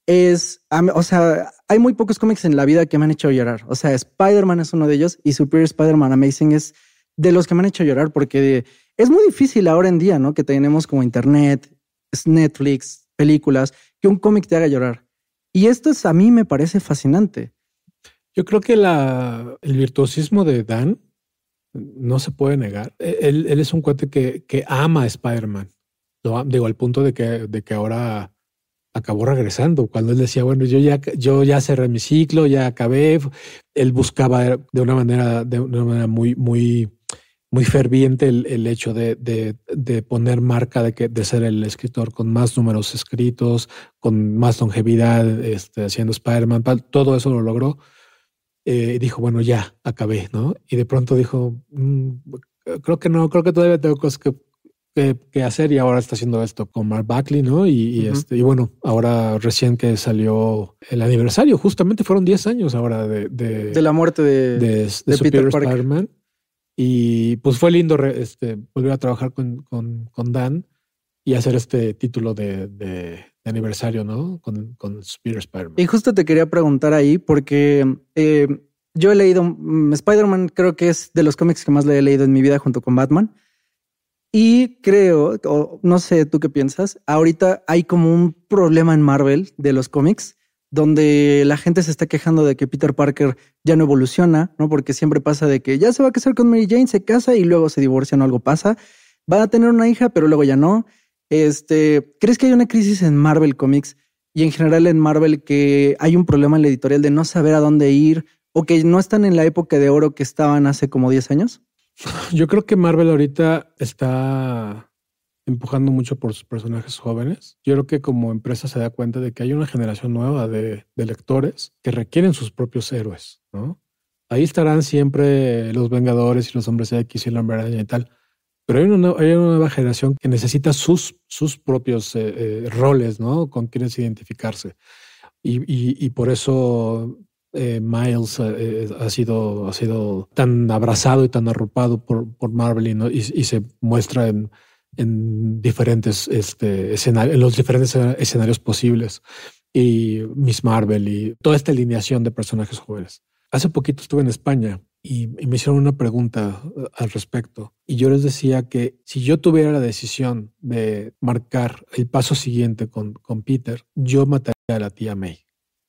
o sea, hay muy pocos cómics en la vida que me han hecho llorar. O sea, Spider-Man es uno de ellos y Superior Spider-Man Amazing es de los que me han hecho llorar porque es muy difícil ahora en día, ¿no? Que tenemos como internet, Netflix, películas, que un cómic te haga llorar. Y esto a mí me parece fascinante. Yo creo que el virtuosismo de Dan no se puede negar. Él es un cuate que ama a Spider-Man. Digo, al punto de que ahora acabó regresando. Cuando él decía, bueno, yo ya cerré mi ciclo, ya acabé. Él buscaba de una manera muy, muy, muy ferviente el hecho de poner marca de ser el escritor con más números escritos, con más longevidad, haciendo Spider-Man. Todo eso lo logró. Dijo, bueno, ya acabé, ¿no? Y de pronto dijo, creo que no, creo que todavía tengo cosas que hacer y ahora está haciendo esto con Mark Bagley, ¿no? Y bueno, ahora recién que salió el aniversario, justamente fueron 10 años ahora de la muerte de Superior Spider-Man. Y pues fue lindo volver a trabajar con Dan y hacer este título de aniversario, ¿no? Con Superior Spider-Man. Y justo te quería preguntar ahí porque yo he leído Spider-Man, creo que es de los cómics que más le he leído en mi vida junto con Batman. Y creo, o no sé tú qué piensas, ahorita hay como un problema en Marvel de los cómics donde la gente se está quejando de que Peter Parker ya no evoluciona, ¿no? Porque siempre pasa de que ya se va a casar con Mary Jane, se casa y luego se divorcian o algo pasa. Va a tener una hija, pero luego ya no. ¿Crees que hay una crisis en Marvel Comics y en general en Marvel que hay un problema en la editorial de no saber a dónde ir o que no están en la época de oro que estaban hace como 10 años? Yo creo que Marvel ahorita está empujando mucho por sus personajes jóvenes. Yo creo que como empresa se da cuenta de que hay una generación nueva de lectores que requieren sus propios héroes, ¿no? Ahí estarán siempre los Vengadores y los Hombres X y el Hombre Araña y tal. Pero hay una nueva generación que necesita sus propios roles, ¿no? Con quienes identificarse. Y por eso Miles ha sido tan abrazado y tan arropado por Marvel, ¿no? y se muestra en diferentes escenarios, en los diferentes escenarios posibles. Y Miss Marvel y toda esta alineación de personajes jóvenes. Hace poquito estuve en España y me hicieron una pregunta al respecto. Y yo les decía que si yo tuviera la decisión de marcar el paso siguiente con Peter, yo mataría a la tía May.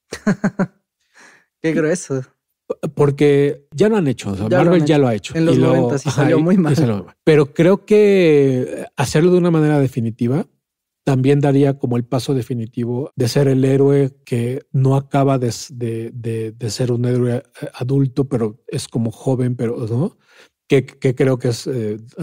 Qué grueso. Porque ya lo han hecho. O sea, Marvel ya lo ha hecho. En los 90 y salió muy mal. Pero creo que hacerlo de una manera definitiva también daría como el paso definitivo de ser el héroe que no acaba de ser un héroe adulto, pero es como joven, pero no. Que creo que es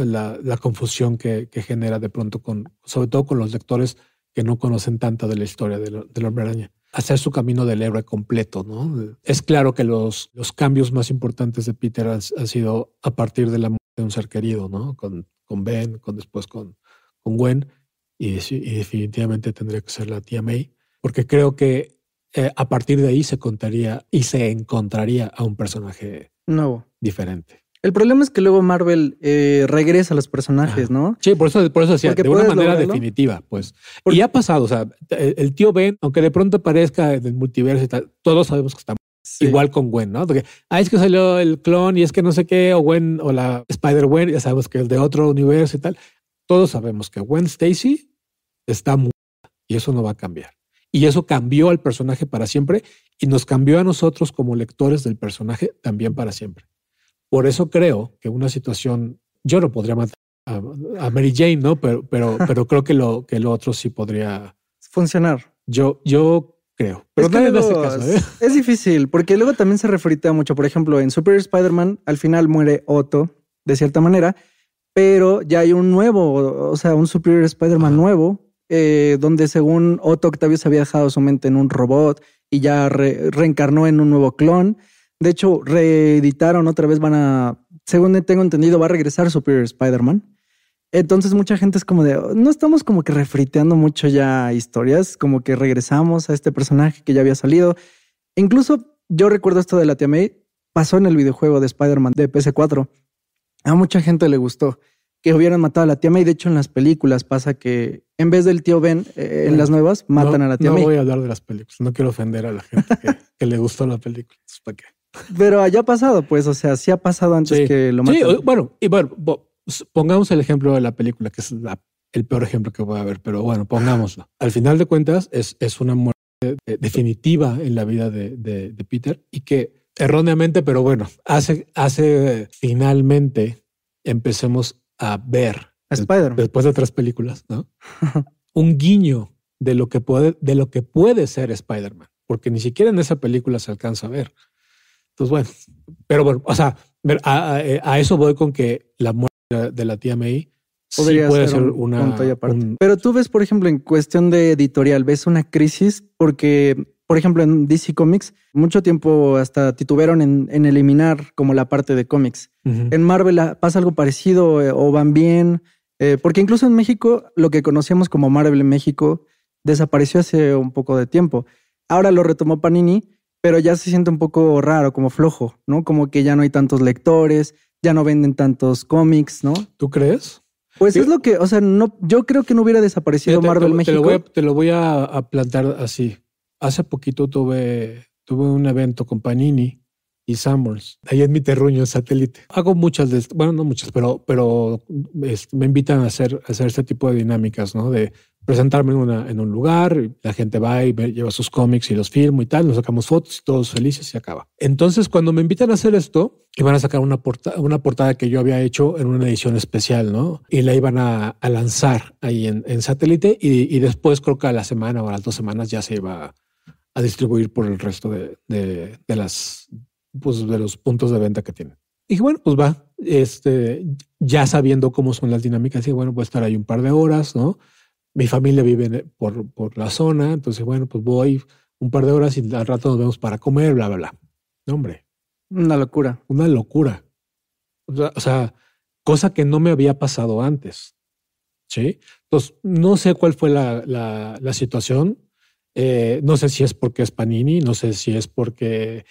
la confusión que genera de pronto sobre todo con los lectores que no conocen tanto de la historia del Hombre Araña. Hacer su camino del héroe completo, ¿no? Es claro que los cambios más importantes de Peter han sido a partir de la muerte de un ser querido, ¿no? Con Ben, después con Gwen, y definitivamente tendría que ser la tía May, porque creo que a partir de ahí se contaría y se encontraría a un personaje diferente. El problema es que luego Marvel regresa a los personajes, ¿no? Sí, por eso decía, porque de una manera definitiva, pues. Y ha pasado, o sea, el tío Ben, aunque de pronto aparezca en el multiverso y tal, todos sabemos que está igual con Gwen, ¿no? Porque, es que salió el clon y es que no sé qué, o Gwen, o la Spider-Gwen, ya sabemos que es de otro universo y tal. Todos sabemos que Gwen Stacy está muerta y eso no va a cambiar. Y eso cambió al personaje para siempre y nos cambió a nosotros como lectores del personaje también para siempre. Por eso creo que una situación, yo no podría matar a Mary Jane, ¿no? Pero creo que lo otro sí podría funcionar. Yo creo. Pero es que luego, ese caso, es difícil, porque luego también se refritea mucho. Por ejemplo, en Superior Spider-Man, al final muere Otto, de cierta manera, pero ya hay un nuevo, o sea, un Superior Spider-Man nuevo, donde según Otto Octavius había dejado su mente en un robot y ya reencarnó en un nuevo clon. De hecho, reeditaron otra vez, según tengo entendido, va a regresar Superior Spider-Man. Entonces mucha gente es como de, no estamos como que refriteando mucho ya historias, como que regresamos a este personaje que ya había salido. Incluso yo recuerdo esto de la tía May, pasó en el videojuego de Spider-Man de PS4. A mucha gente le gustó que hubieran matado a la tía May. De hecho, en las películas pasa que en vez del tío Ben, en las nuevas, matan a la tía May. No voy a hablar de las películas, no quiero ofender a la gente que le gustó la película. ¿Para qué? Pero haya pasado, pues, o sea, sí ha pasado antes que lo maten. Sí, bueno, pongamos el ejemplo de la película, que es el peor ejemplo que voy a ver, pero bueno, pongámoslo. Al final de cuentas, es una muerte definitiva en la vida de Peter y que erróneamente, pero bueno, hace finalmente empecemos a ver a Spider-Man después de 3 películas, ¿no? Un guiño de lo que puede ser Spider-Man, porque ni siquiera en esa película se alcanza a ver. Entonces, bueno, pero bueno, o sea, a eso voy con que la muerte de la tía May podría puede ser una punto y aparte. Pero tú ves, por ejemplo, en cuestión de editorial, ves una crisis porque, por ejemplo, en DC Comics, mucho tiempo hasta titubearon en eliminar como la parte de cómics. En Marvel pasa algo parecido o van bien, porque incluso en México, lo que conocíamos como Marvel en México desapareció hace un poco de tiempo. Ahora lo retomó Panini, pero ya se siente un poco raro, como flojo, ¿no? Como que ya no hay tantos lectores, ya no venden tantos cómics, ¿no? ¿Tú crees? Pues es lo que, o sea, no, yo creo que no hubiera desaparecido Marvel México. Te lo voy a plantear así. Hace poquito tuve un evento con Panini y Sanborns, ahí en mi terruño, en Satélite. Hago muchas bueno, no muchas, pero me invitan a hacer este tipo de dinámicas, ¿no? De presentarme en un lugar, la gente va y lleva sus cómics y los firmo y tal, nos sacamos fotos, todos felices y se acaba. Entonces, cuando me invitan a hacer esto, iban a sacar una portada que yo había hecho en una edición especial, ¿no? Y la iban a lanzar ahí en Satélite y después creo que a la semana o a las 2 semanas ya se iba a distribuir por el resto de los puntos de venta que tienen. Y dije, bueno, pues va, ya sabiendo cómo son las dinámicas, y bueno, voy a estar ahí un par de horas, ¿no? Mi familia vive por la zona, entonces, bueno, pues voy un par de horas y al rato nos vemos para comer, bla, bla, bla. No, hombre. Una locura. Una locura. O sea, cosa que no me había pasado antes. ¿Sí? Entonces, no sé cuál fue la situación. No sé si es porque es Panini, no sé si es porque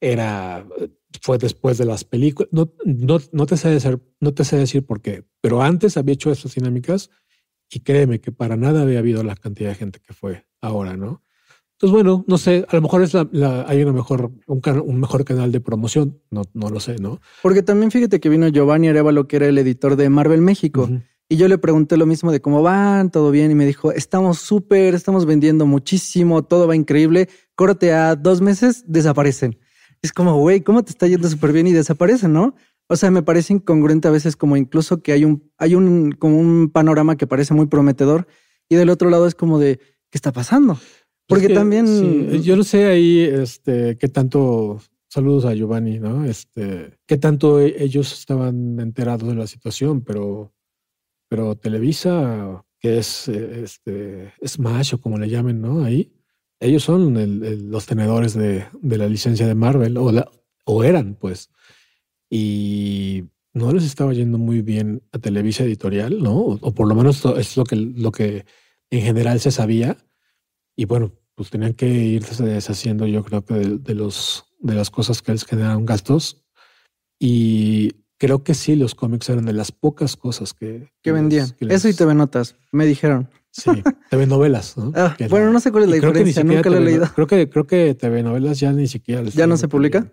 fue después de las películas. No te sé decir por qué, pero antes había hecho estas dinámicas y créeme que para nada había habido la cantidad de gente que fue ahora, ¿no? Entonces, bueno, no sé, a lo mejor hay un mejor canal de promoción, no lo sé, ¿no? Porque también fíjate que vino Giovanni Arévalo, que era el editor de Marvel México, y yo le pregunté lo mismo de cómo van, todo bien, y me dijo, estamos vendiendo muchísimo, todo va increíble, corte a 2 meses, desaparecen. Es como, güey, ¿cómo te está yendo súper bien y desaparecen, no? O sea, me parece incongruente a veces como incluso que hay como un panorama que parece muy prometedor y del otro lado es como de, ¿qué está pasando? Porque también... Sí, yo no sé ahí qué tanto... Saludos a Giovanni, ¿no? Qué tanto ellos estaban enterados de la situación, pero Televisa, que es Smash o como le llamen, ¿no? Ahí, ellos son los tenedores de la licencia de Marvel, o eran, pues. Y no les estaba yendo muy bien a Televisa Editorial, ¿no? O por lo menos es lo que en general se sabía. Y bueno, pues tenían que irse deshaciendo, yo creo que de las cosas que les generaron gastos. Y creo que sí, los cómics eran de las pocas cosas que vendían. Eso y TV Notas, me dijeron. Sí, TV Novelas, ¿no? Bueno, no sé cuál es la diferencia, nunca lo he leído. Creo que TV Novelas ya ni siquiera... ¿Ya no se publica?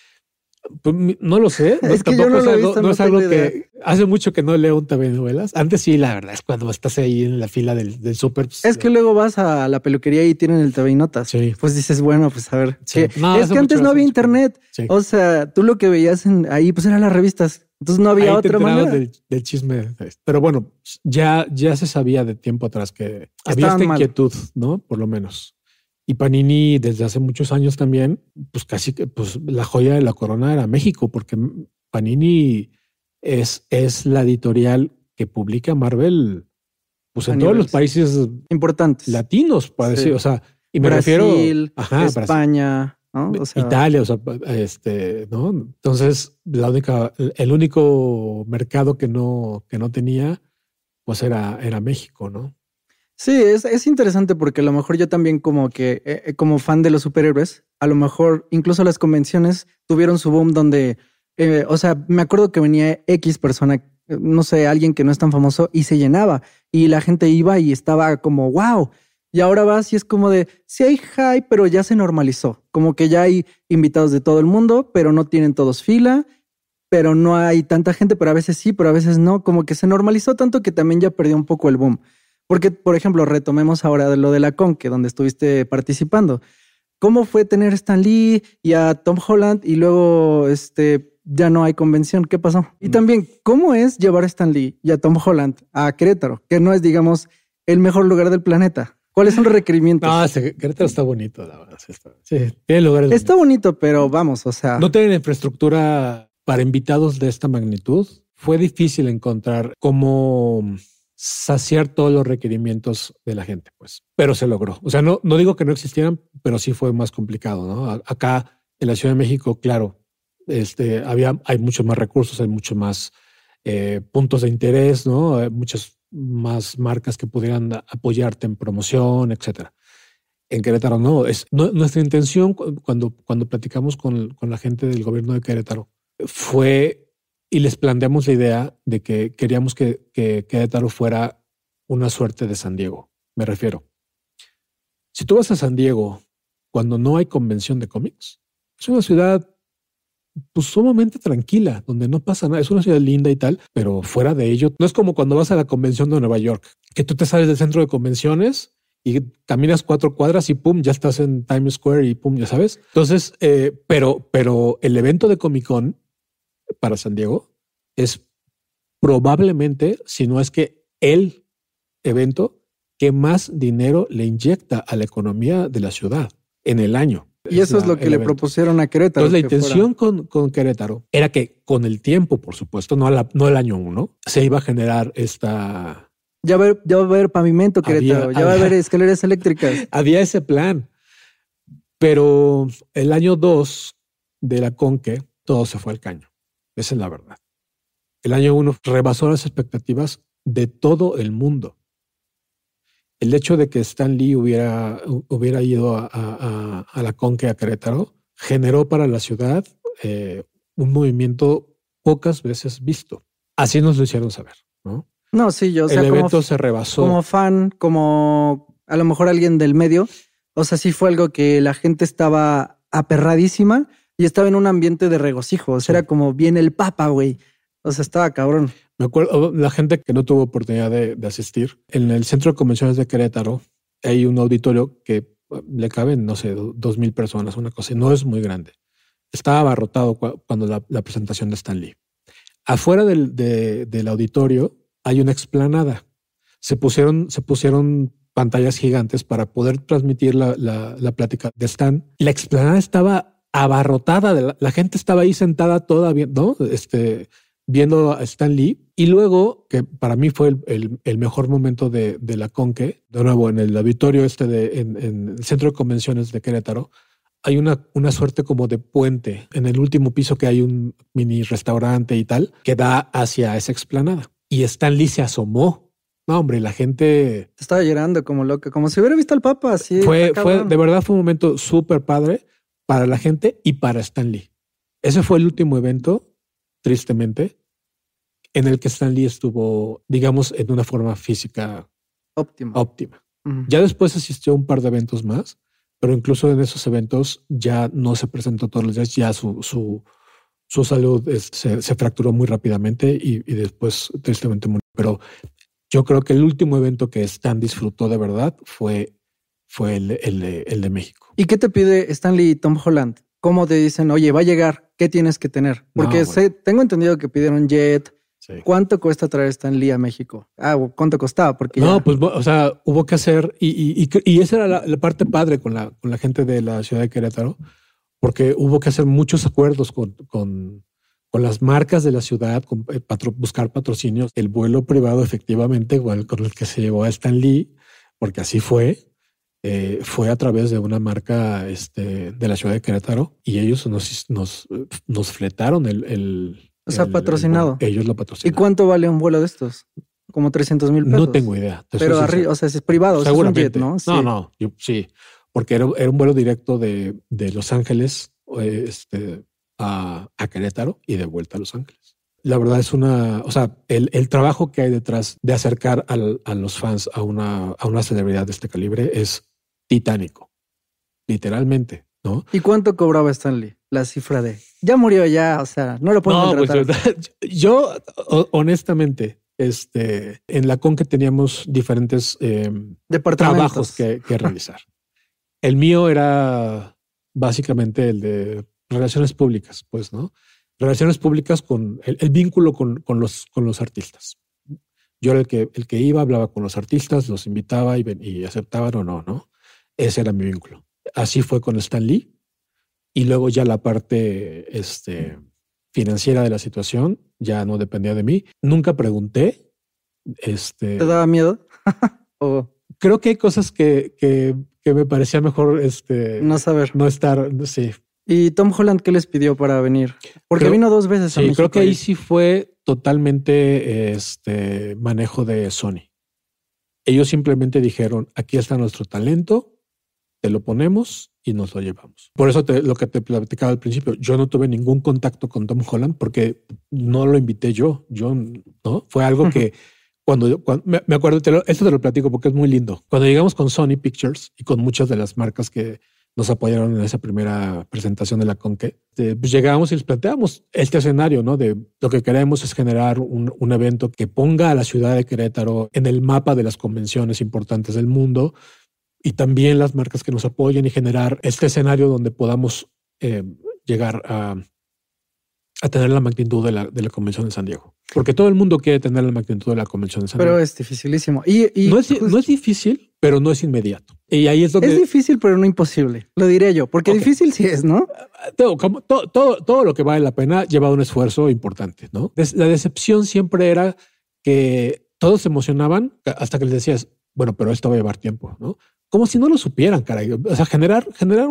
Pues, no lo sé. Es que yo no lo he visto. No es algo que... Hace mucho que no leo un TV Novelas. Antes sí, la verdad, es cuando estás ahí en la fila del súper. Pues, es que luego vas a la peluquería y tienen el TV Notas. Sí. Pues dices, bueno, pues a ver. Sí. Es que antes no había internet. Sí. O sea, tú lo que veías ahí pues eran las revistas. Entonces no había otra manera. Del chisme. Pero bueno, ya se sabía de tiempo atrás que había esta inquietud, ¿no? Por lo menos. Y Panini desde hace muchos años también, pues casi que pues la joya de la corona era México, porque Panini es la editorial que publica Marvel pues en todos los países importantes latinos, para decir, o sea, y me Brasil, refiero España, ¿no? O sea, Italia, o sea, ¿no? Entonces el único mercado que no tenía, pues era México, ¿no? Sí, es interesante porque a lo mejor yo también como que, como fan de los superhéroes, a lo mejor incluso las convenciones tuvieron su boom donde, o sea, me acuerdo que venía X persona, no sé, alguien que no es tan famoso y se llenaba y la gente iba y estaba como, wow. Y ahora vas y es como de, sí hay hype, pero ya se normalizó. Como que ya hay invitados de todo el mundo, pero no tienen todos fila, pero no hay tanta gente, pero a veces sí, pero a veces no. Como que se normalizó tanto que también ya perdió un poco el boom. Porque, por ejemplo, retomemos ahora de lo de la Conque, donde estuviste participando. ¿Cómo fue tener a Stan Lee y a Tom Holland y luego ya no hay convención? ¿Qué pasó? Y también, ¿cómo es llevar a Stan Lee y a Tom Holland a Querétaro? Que no es, digamos, el mejor lugar del planeta. ¿Cuáles son los requerimientos? No, Querétaro está bonito, la verdad. Sí, tiene lugares. Está bonito, pero vamos, o sea. No tienen infraestructura para invitados de esta magnitud. Fue difícil encontrar cómo saciar todos los requerimientos de la gente, pues, pero se logró. O sea, no digo que no existieran, pero sí fue más complicado, ¿no? Acá en la Ciudad de México, claro, hay muchos más recursos, hay muchos más puntos de interés, ¿no? Hay muchas más marcas que pudieran apoyarte en promoción, etcétera. En Querétaro no. Nuestra intención cuando platicamos con la gente del gobierno de Querétaro fue y les planteamos la idea de que queríamos que Querétaro fuera una suerte de San Diego. Me refiero. Si tú vas a San Diego cuando no hay convención de cómics, es una ciudad pues sumamente tranquila, donde no pasa nada. Es una ciudad linda y tal, pero fuera de ello, no es como cuando vas a la convención de Nueva York, que tú te sales del centro de convenciones y caminas 4 cuadras y pum, ya estás en Times Square y pum, ya sabes. Entonces, pero el evento de Comic Con para San Diego es probablemente, si no es que el evento que más dinero le inyecta a la economía de la ciudad en el año. Y eso es lo que le propusieron a Querétaro. Entonces, la intención con Querétaro era que con el tiempo, por supuesto, no el año 1, se iba a generar esta... Ya va a haber pavimento, Querétaro. Ya va a haber escaleras eléctricas. Había ese plan. Pero el año 2 de la Conque, todo se fue al caño. Esa es la verdad. El año 1 rebasó las expectativas de todo el mundo. El hecho de que Stan Lee hubiera ido a la Conque, a Querétaro, generó para la ciudad un movimiento pocas veces visto. Así nos lo hicieron saber, ¿no? No, sí, yo, o sea, el evento se rebasó. Como fan, como a lo mejor alguien del medio, o sea, sí fue algo que la gente estaba aperradísima y estaba en un ambiente de regocijo. O sea, era como viene el Papa, güey. O sea, estaba cabrón. Me acuerdo, la gente que no tuvo oportunidad de asistir, en el Centro de Convenciones de Querétaro hay un auditorio que le caben, no sé, 2,000 personas, una cosa, no es muy grande. Estaba abarrotado cuando la presentación de Stan Lee. Afuera del auditorio hay una explanada se pusieron pantallas gigantes para poder transmitir la plática de Stan. La explanada estaba abarrotada, la gente estaba ahí sentada toda, ¿no? Viendo a Stan Lee. Y luego, que para mí fue el mejor momento de la Conque, de nuevo en el auditorio en el centro de convenciones de Querétaro, hay una suerte como de puente en el último piso, que hay un mini restaurante y tal que da hacia esa explanada. Y Stan Lee se asomó. No, hombre, la gente estaba llorando como loca, como si hubiera visto al Papa. Así de verdad fue un momento súper padre para la gente y para Stan Lee. Ese fue el último evento, tristemente, en el que Stan Lee estuvo, digamos, en una forma física óptima. Uh-huh. Ya después asistió a un par de eventos más, pero incluso en esos eventos ya no se presentó todos los días, ya su salud se fracturó muy rápidamente y después tristemente murió. Pero yo creo que el último evento que Stan disfrutó de verdad fue el de México. ¿Y qué te pide Stan Lee y Tom Holland? ¿Cómo te dicen, oye, va a llegar, qué tienes que tener? Porque tengo entendido que pidieron jet. Sí. ¿Cuánto cuesta traer Stan Lee a México? ¿Cuánto costaba? Porque pues, o sea, hubo que hacer y esa era la parte padre con la gente de la ciudad de Querétaro, porque hubo que hacer muchos acuerdos con las marcas de la ciudad, buscar patrocinios. El vuelo privado, efectivamente, con el que se llevó a Stan Lee, porque así fue a través de una marca de la ciudad de Querétaro, y ellos nos fletaron o sea, patrocinado. Ellos lo patrocinaron. ¿Y cuánto vale un vuelo de estos? Como 300,000 pesos. No tengo idea. Pero arriba, o sea, es privado. Seguramente. Es un jet, ¿no? Sí. No, sí. Porque era un vuelo directo de Los Ángeles a Querétaro y de vuelta a Los Ángeles. La verdad es o sea, el trabajo que hay detrás de acercar a los fans a una celebridad de este calibre es titánico. Literalmente, ¿no? ¿Y cuánto cobraba Stan Lee? La cifra de ya murió ya, o sea, no lo puedo contratar. Pues, yo honestamente, en la Conque teníamos diferentes trabajos que realizar. El mío era básicamente el de relaciones públicas, pues, ¿no? Relaciones públicas con el vínculo con los artistas. Yo era el que iba, hablaba con los artistas, los invitaba y aceptaban o no. Ese era mi vínculo. Así fue con Stan Lee. Y luego ya la parte financiera de la situación ya no dependía de mí. Nunca pregunté. ¿Te daba miedo? Creo que hay cosas que me parecía mejor no saber. No estar, sí. ¿Y Tom Holland qué les pidió para venir? Porque vino 2 veces a México. Creo que ahí sí fue totalmente manejo de Sony. Ellos simplemente dijeron, aquí está nuestro talento, te lo ponemos y nos lo llevamos. Por eso lo que te platicaba al principio, yo no tuve ningún contacto con Tom Holland porque no lo invité yo, ¿no? Fue algo que cuando me acuerdo, esto te lo platico porque es muy lindo. Cuando llegamos con Sony Pictures y con muchas de las marcas que nos apoyaron en esa primera presentación de la Conque, pues llegamos y les planteamos este escenario, ¿no? De lo que queremos es generar un evento que ponga a la ciudad de Querétaro en el mapa de las convenciones importantes del mundo, y también las marcas que nos apoyen, y generar este escenario donde podamos llegar a tener la magnitud de la convención de San Diego. Porque todo el mundo quiere tener la magnitud de la convención de San Diego. Pero es dificilísimo. No es difícil, pero no es inmediato. Y ahí es donde... Es difícil, pero no imposible. Lo diré yo, porque difícil sí es, ¿no? Todo lo que vale la pena lleva un esfuerzo importante, ¿no? La decepción siempre era que todos se emocionaban hasta que les decías, bueno, pero esto va a llevar tiempo, ¿no? Como si no lo supieran, caray. O sea, generar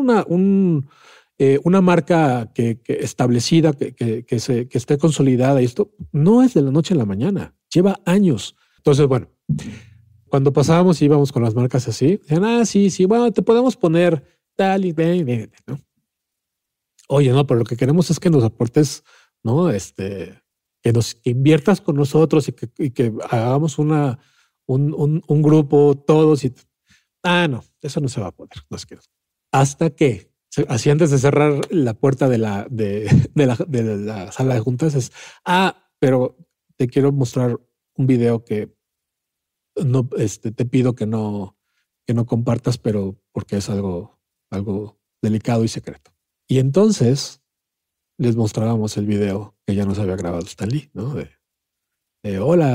una marca que establecida, que esté consolidada, y esto no es de la noche a la mañana, lleva años. Entonces, bueno, cuando pasábamos y íbamos con las marcas así, decían, sí, bueno, te podemos poner tal y ven, ¿no? Oye, no, pero lo que queremos es que nos aportes, ¿no? Que inviertas con nosotros y que hagamos un grupo todos y no, eso no se va a poder. No es que hasta que así antes de cerrar la puerta de la sala de juntas es pero te quiero mostrar un video que no te pido que no compartas, pero porque es algo delicado y secreto. Y entonces les mostrábamos el video que ya nos había grabado Stan Lee, ¿no? De hola,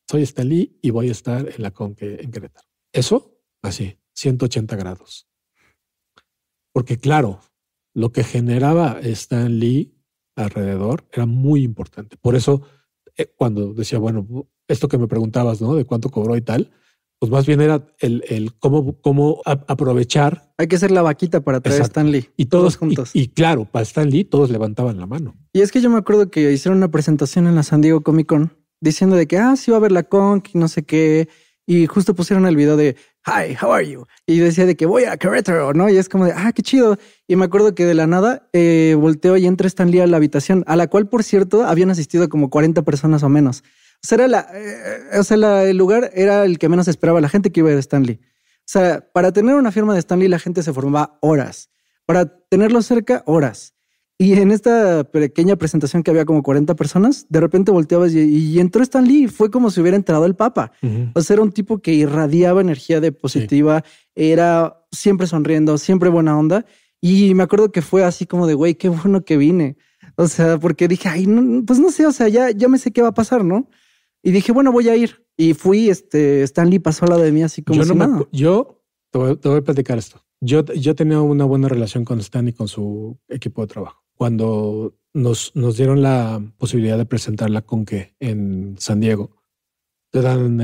soy Stan Lee y voy a estar en la Conque en Querétaro. Eso, así, 180 grados. Porque claro, lo que generaba Stan Lee alrededor era muy importante. Por eso, cuando decía, bueno, esto que me preguntabas, ¿no? De cuánto cobró y tal, pues más bien era el cómo aprovechar. Hay que ser la vaquita para traer a Stan Lee. Y todos juntos. Y claro, para Stan Lee todos levantaban la mano. Y es que yo me acuerdo que hicieron una presentación en la San Diego Comic Con diciendo de que, sí va a haber la Conk y no sé qué. Y justo pusieron el video de, hi, how are you? Y decía de que voy a Querétaro, ¿no? Y es como de, qué chido. Y me acuerdo que de la nada volteo y entra Stan Lee a la habitación, a la cual, por cierto, habían asistido como 40 personas o menos. O sea, el lugar era el que menos esperaba la gente que iba a ir a Stan Lee. O sea, para tener una firma de Stan Lee, la gente se formaba horas. Para tenerlo cerca, horas. Y en esta pequeña presentación que había como 40 personas, de repente volteabas y entró Stan Lee. Fue como si hubiera entrado el Papa. Uh-huh. O sea, era un tipo que irradiaba energía de positiva. Sí. Era siempre sonriendo, siempre buena onda. Y me acuerdo que fue así como de, güey, qué bueno que vine. O sea, porque dije, no, pues no sé, o sea, ya me sé qué va a pasar, ¿no? Y dije, bueno, voy a ir. Y fui, Stan Lee pasó al lado de mí así como si nada. Yo te voy a platicar esto. Yo tenía una buena relación con Stan y con su equipo de trabajo. Cuando nos dieron la posibilidad de presentar la Conque en San Diego, te dan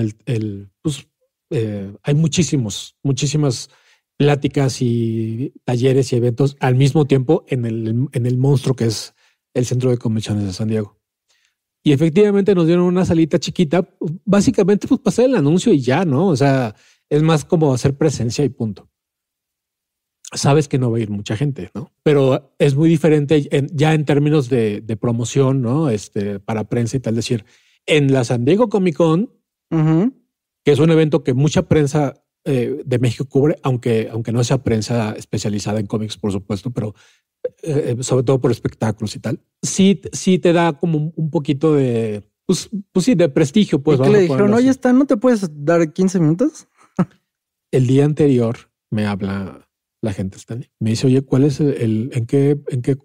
hay muchísimas pláticas y talleres y eventos al mismo tiempo en el monstruo que es el Centro de Convenciones de San Diego. Y efectivamente nos dieron una salita chiquita, básicamente pues pasar el anuncio y ya, ¿no? O sea, es más como hacer presencia y punto. Sabes que no va a ir mucha gente, ¿no? Pero es muy diferente ya en términos de promoción, ¿no? Para prensa y tal, decir, en la San Diego Comic Con, uh-huh, que es un evento que mucha prensa de México cubre, aunque no sea prensa especializada en cómics, por supuesto, pero sobre todo por espectáculos y tal, sí te da como un poquito de, pues sí, de prestigio. Pues, ¿y qué le dijeron? Oye, ¿no te puedes dar 15 minutos? El día anterior me habla la gente, Stanley. Me dice, oye, ¿cuál es en qué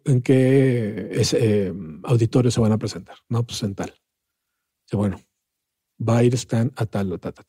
auditorio se van a presentar? No, pues en tal. Dice, bueno, va a ir Stan a tal o ta.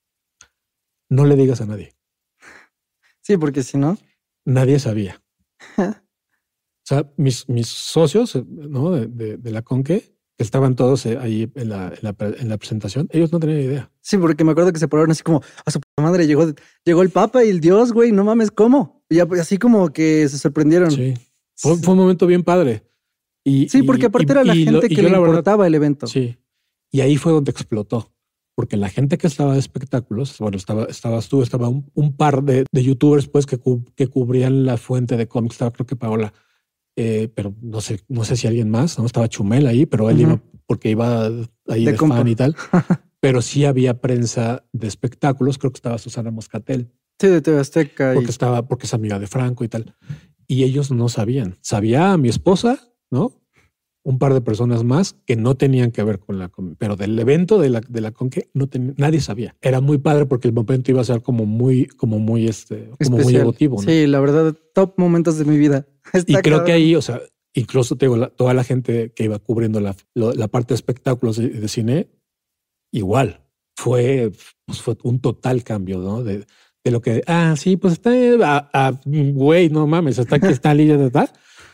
No le digas a nadie. Sí, porque si no... Nadie sabía. O sea, mis socios, ¿no? de la Conque, que estaban todos ahí en la presentación, ellos no tenían idea. Sí, porque me acuerdo que se pararon así como, a su madre, llegó el Papa y el Dios, güey, no mames, ¿cómo? Y así como que se sorprendieron. Sí, fue un momento bien padre. Sí, porque aparte era la gente que le importaba el evento. Sí, y ahí fue donde explotó. Porque la gente que estaba de espectáculos, bueno, estabas tú, estaba un par de youtubers pues que cubrían la fuente de cómics, estaba creo que Paola, pero no sé si alguien más, no estaba Chumel ahí, pero él uh-huh, iba porque iba ahí de fan y tal. Pero sí había prensa de espectáculos, creo que estaba Susana Moscatel. Sí, de TV Azteca. Porque es amiga de Franco y tal. Y ellos no sabían. Sabía a mi esposa, ¿no? Un par de personas más que no tenían que ver con pero del evento de la Conque nadie sabía. Era muy padre porque el momento iba a ser como muy emotivo, ¿no? Sí, la verdad, top momentos de mi vida. Y creo que ahí, o sea, incluso te digo, toda la gente que iba cubriendo la parte de espectáculos de cine, igual fue un total cambio, ¿no? De lo que, sí, pues está, güey, no mames, hasta aquí está Lilla de tal.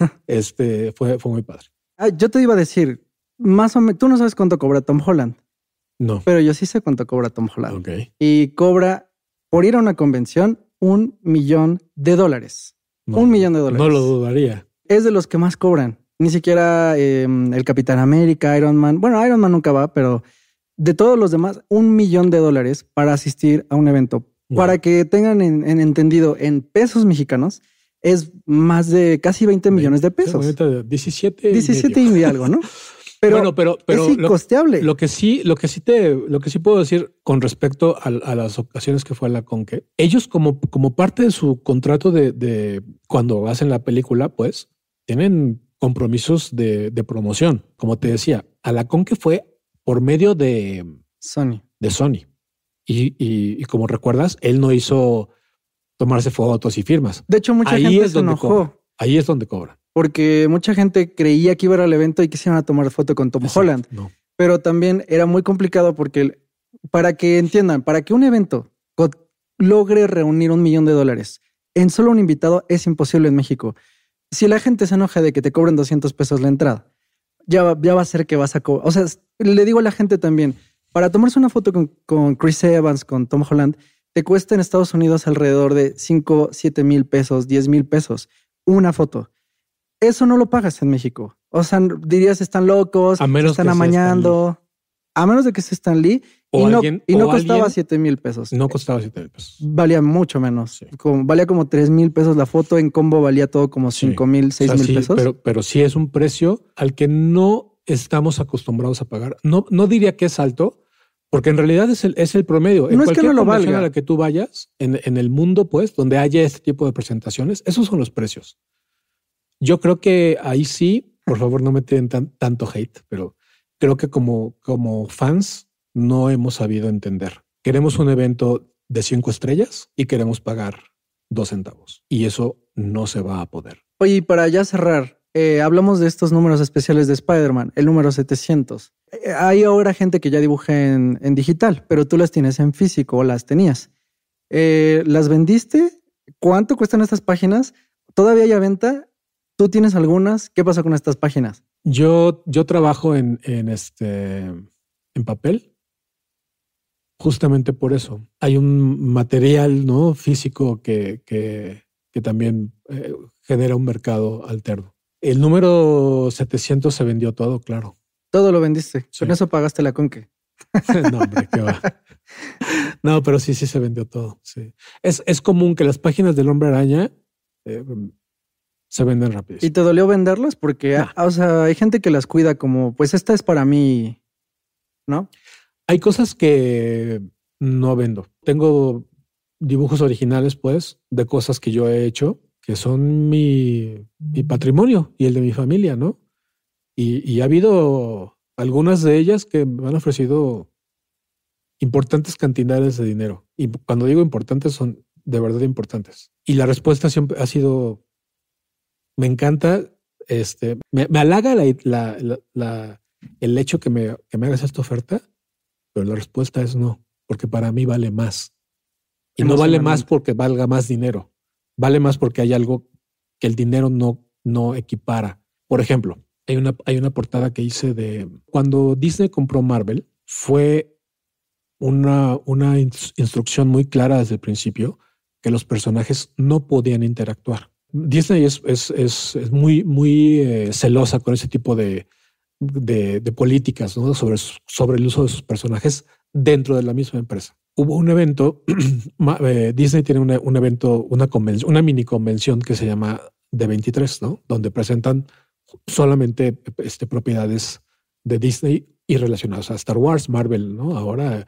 Fue muy padre. Yo te iba a decir, más o menos, tú no sabes cuánto cobra Tom Holland. No. Pero yo sí sé cuánto cobra Tom Holland. Okay. Y cobra, por ir a una convención, $1 millón. No, $1 millón. No lo dudaría. Es de los que más cobran. Ni siquiera el Capitán América, Iron Man. Bueno, Iron Man nunca va, pero de todos los demás, $1 millón para asistir a un evento. Wow. Para que tengan en entendido, en pesos mexicanos, es más de casi 20 millones de pesos. 17 y algo, ¿no? Pero, pero es incosteable. Lo que sí puedo decir con respecto a las ocasiones que fue a la Conque, ellos como parte de su contrato de cuando hacen la película, pues tienen compromisos de promoción. Como te decía, a la Conque fue por medio de Sony. Y como recuerdas, él no hizo tomarse fotos y firmas. De hecho, mucha gente se enojó. Ahí es donde cobran. Porque mucha gente creía que iba a ir al evento y que se iban a tomar foto con Tom Holland. No. Pero también era muy complicado porque para que entiendan, para que un evento logre reunir $1 millón en solo un invitado es imposible en México. Si la gente se enoja de que te cobren $200 la entrada, ya va a ser que vas a cobrar. O sea, le digo a la gente también, para tomarse una foto con Chris Evans, con Tom Holland, te cuesta en Estados Unidos alrededor de 5, 7 mil pesos, 10 mil pesos, una foto. Eso no lo pagas en México. O sea, dirías, están locos, están amañando. A menos de que sea Stan Lee. Y no costaba 7 mil pesos. No costaba 7 mil pesos. Valía mucho menos. Sí. Valía como 3 mil pesos la foto. En combo valía todo como 5 mil, 6 mil pesos. Pero sí es un precio al que no estamos acostumbrados a pagar. No diría que es alto, porque en realidad es el promedio. En cualquier convención a la que tú vayas, en el mundo, pues, donde haya este tipo de presentaciones, esos son los precios. Yo creo que ahí sí, por favor, no me tienen tanto hate, pero creo que como fans no hemos sabido entender. Queremos un evento de 5 estrellas y queremos pagar 2 centavos. Y eso no se va a poder. Oye, y para ya cerrar, hablamos de estos números especiales de Spider-Man, el número 700. Hay ahora gente que ya dibuja en digital, pero tú las tienes en físico o las tenías. ¿Las vendiste? ¿Cuánto cuestan estas páginas? ¿Todavía hay a venta? ¿Tú tienes algunas? ¿Qué pasa con estas páginas? Yo trabajo en papel. Justamente por eso. Hay un material, ¿no?, físico que también genera un mercado alterno. El número 700 se vendió todo, claro. Todo lo vendiste. Sí. Con eso pagaste la conque. No, hombre, qué va. No, pero sí se vendió todo. Sí. Es común que las páginas del Hombre Araña se venden rápido. ¿Y te dolió venderlas? Porque, o sea, hay gente que las cuida como, pues esta es para mí, ¿no? Hay cosas que no vendo. Tengo dibujos originales, pues, de cosas que yo he hecho, que son mi patrimonio y el de mi familia, ¿no? Y ha habido algunas de ellas que me han ofrecido importantes cantidades de dinero. Y cuando digo importantes, son de verdad importantes. Y la respuesta siempre ha sido, me encanta, me halaga el hecho que me hagas esta oferta. Pero la respuesta es no, porque para mí vale más. Y no vale más porque valga más dinero. Vale más porque hay algo que el dinero no equipara. Por ejemplo, hay una portada que hice de cuando Disney compró Marvel. Fue una instrucción muy clara desde el principio que los personajes no podían interactuar. Disney es muy celosa con ese tipo de políticas, ¿no?, sobre el uso de sus personajes dentro de la misma empresa. Hubo un evento, Disney tiene un evento, una convención, una mini convención que se llama D23, ¿no?, donde presentan solamente propiedades de Disney y relacionadas a Star Wars, Marvel, ¿no? Ahora,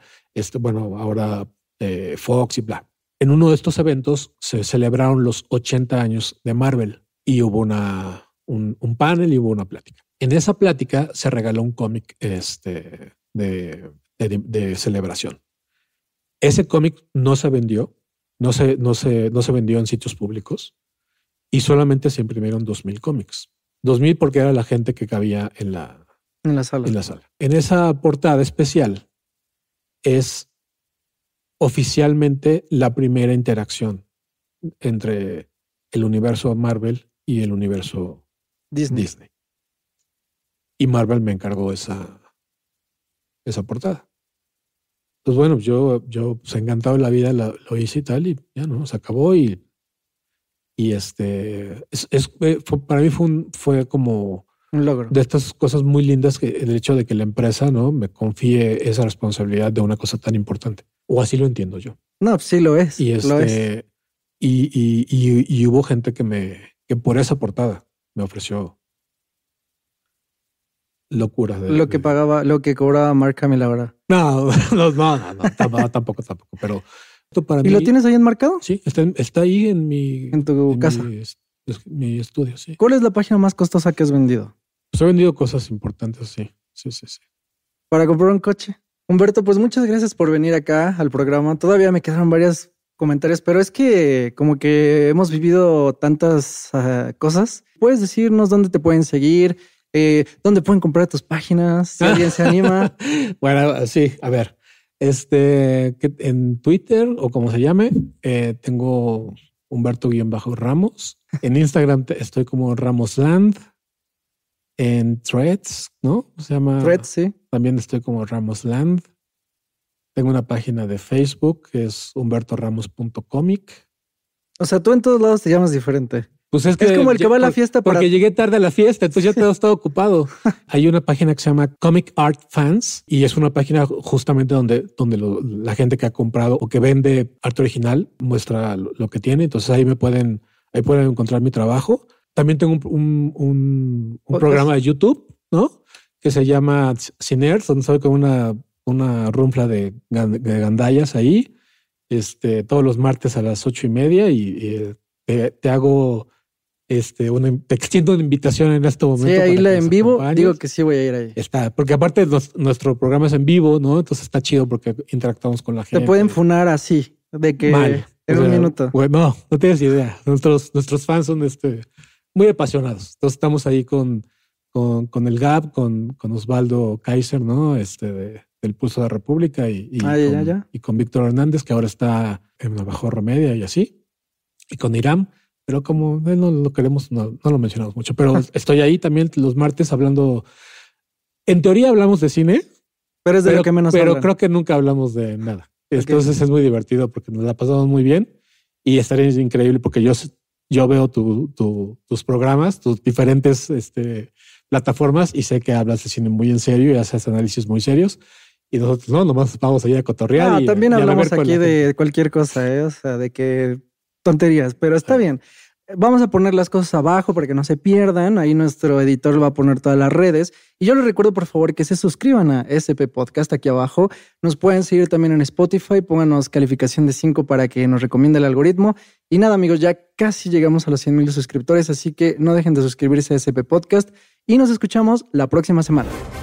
Fox y bla. En uno de estos eventos se celebraron los 80 años de Marvel y hubo un panel y hubo una plática. En esa plática se regaló un cómic de celebración. Ese cómic no se vendió, no se vendió en sitios públicos y solamente se imprimieron 2,000 cómics. 2,000 porque era la gente que cabía en la sala. En esa portada especial es oficialmente la primera interacción entre el universo Marvel y el universo Disney. Y Marvel me encargó esa portada. Entonces, bueno, yo pues, encantado de la vida lo hice y tal, y ya no, se acabó. Para mí fue como un logro. De estas cosas muy lindas, que el hecho de que la empresa, ¿no?, me confíe esa responsabilidad de una cosa tan importante. O así lo entiendo yo. No, sí lo es. Y lo es. Y hubo gente que por esa portada me ofreció locura. Lo que cobraba Mark Hamill ahora. No, tampoco. Pero esto para mí. ¿Y lo tienes ahí enmarcado? Sí, está ahí en tu casa. Mi estudio, sí. ¿Cuál es la página más costosa que has vendido? Pues he vendido cosas importantes, sí. Para comprar un coche. Humberto, pues muchas gracias por venir acá al programa. Todavía me quedaron varios comentarios, pero es que como que hemos vivido tantas cosas. ¿Puedes decirnos dónde te pueden seguir? ¿Dónde pueden comprar tus páginas? Si alguien se anima. Bueno, sí, a ver. En Twitter o como se llame, tengo Humberto-Ramos. En Instagram estoy como Ramosland. En Threads, ¿no? Se llama Threads, sí. También estoy como Ramosland. Tengo una página de Facebook que es humbertoramos.comic. O sea, tú en todos lados te llamas diferente. Pues es como el que va a la fiesta porque llegué tarde a la fiesta, entonces ya todo estaba ocupado. Hay una página que se llama Comic Art Fans y es una página justamente donde la gente que ha comprado o que vende arte original muestra lo que tiene. Entonces ahí pueden encontrar mi trabajo. También tengo un programa de YouTube, ¿no? Que se llama Ciners, donde soy como una runfla de gandallas ahí. Todos los martes a las 8:30 y te hago te extiendo una invitación en este momento. Sí, ahí la en vivo, digo que sí voy a ir ahí. Está, porque aparte nuestro programa es en vivo, ¿no? Entonces está chido porque interactuamos con la gente. Te pueden funar así, de que mal. En un minuto. Bueno, no tienes idea. Nuestros fans son muy apasionados. Entonces estamos ahí con el Gab, con Osvaldo Kaiser, ¿no? Del Pulso de la República y con Víctor Hernández, que ahora está en la Bajorra Media y así. Y con Iram. Pero como no lo queremos, no lo mencionamos mucho, pero estoy ahí también los martes hablando. En teoría hablamos de cine, pero es de lo que menos Pero hablan. creo que nunca hablamos de nada. Okay. Entonces es muy divertido porque nos la pasamos muy bien y estaría increíble porque yo veo tus programas, tus diferentes plataformas y sé que hablas de cine muy en serio y haces análisis muy serios. Y nosotros nomás vamos allá a cotorrear. También hablamos aquí de cualquier cosa, o sea, de que tonterías, pero está bien. Vamos a poner las cosas abajo para que no se pierdan. Ahí nuestro editor va a poner todas las redes. Y yo les recuerdo, por favor, que se suscriban a SP Podcast aquí abajo. Nos pueden seguir también en Spotify. Pónganos calificación de 5 para que nos recomiende el algoritmo. Y nada, amigos, ya casi llegamos a los 100,000 suscriptores, así que no dejen de suscribirse a SP Podcast y nos escuchamos la próxima semana.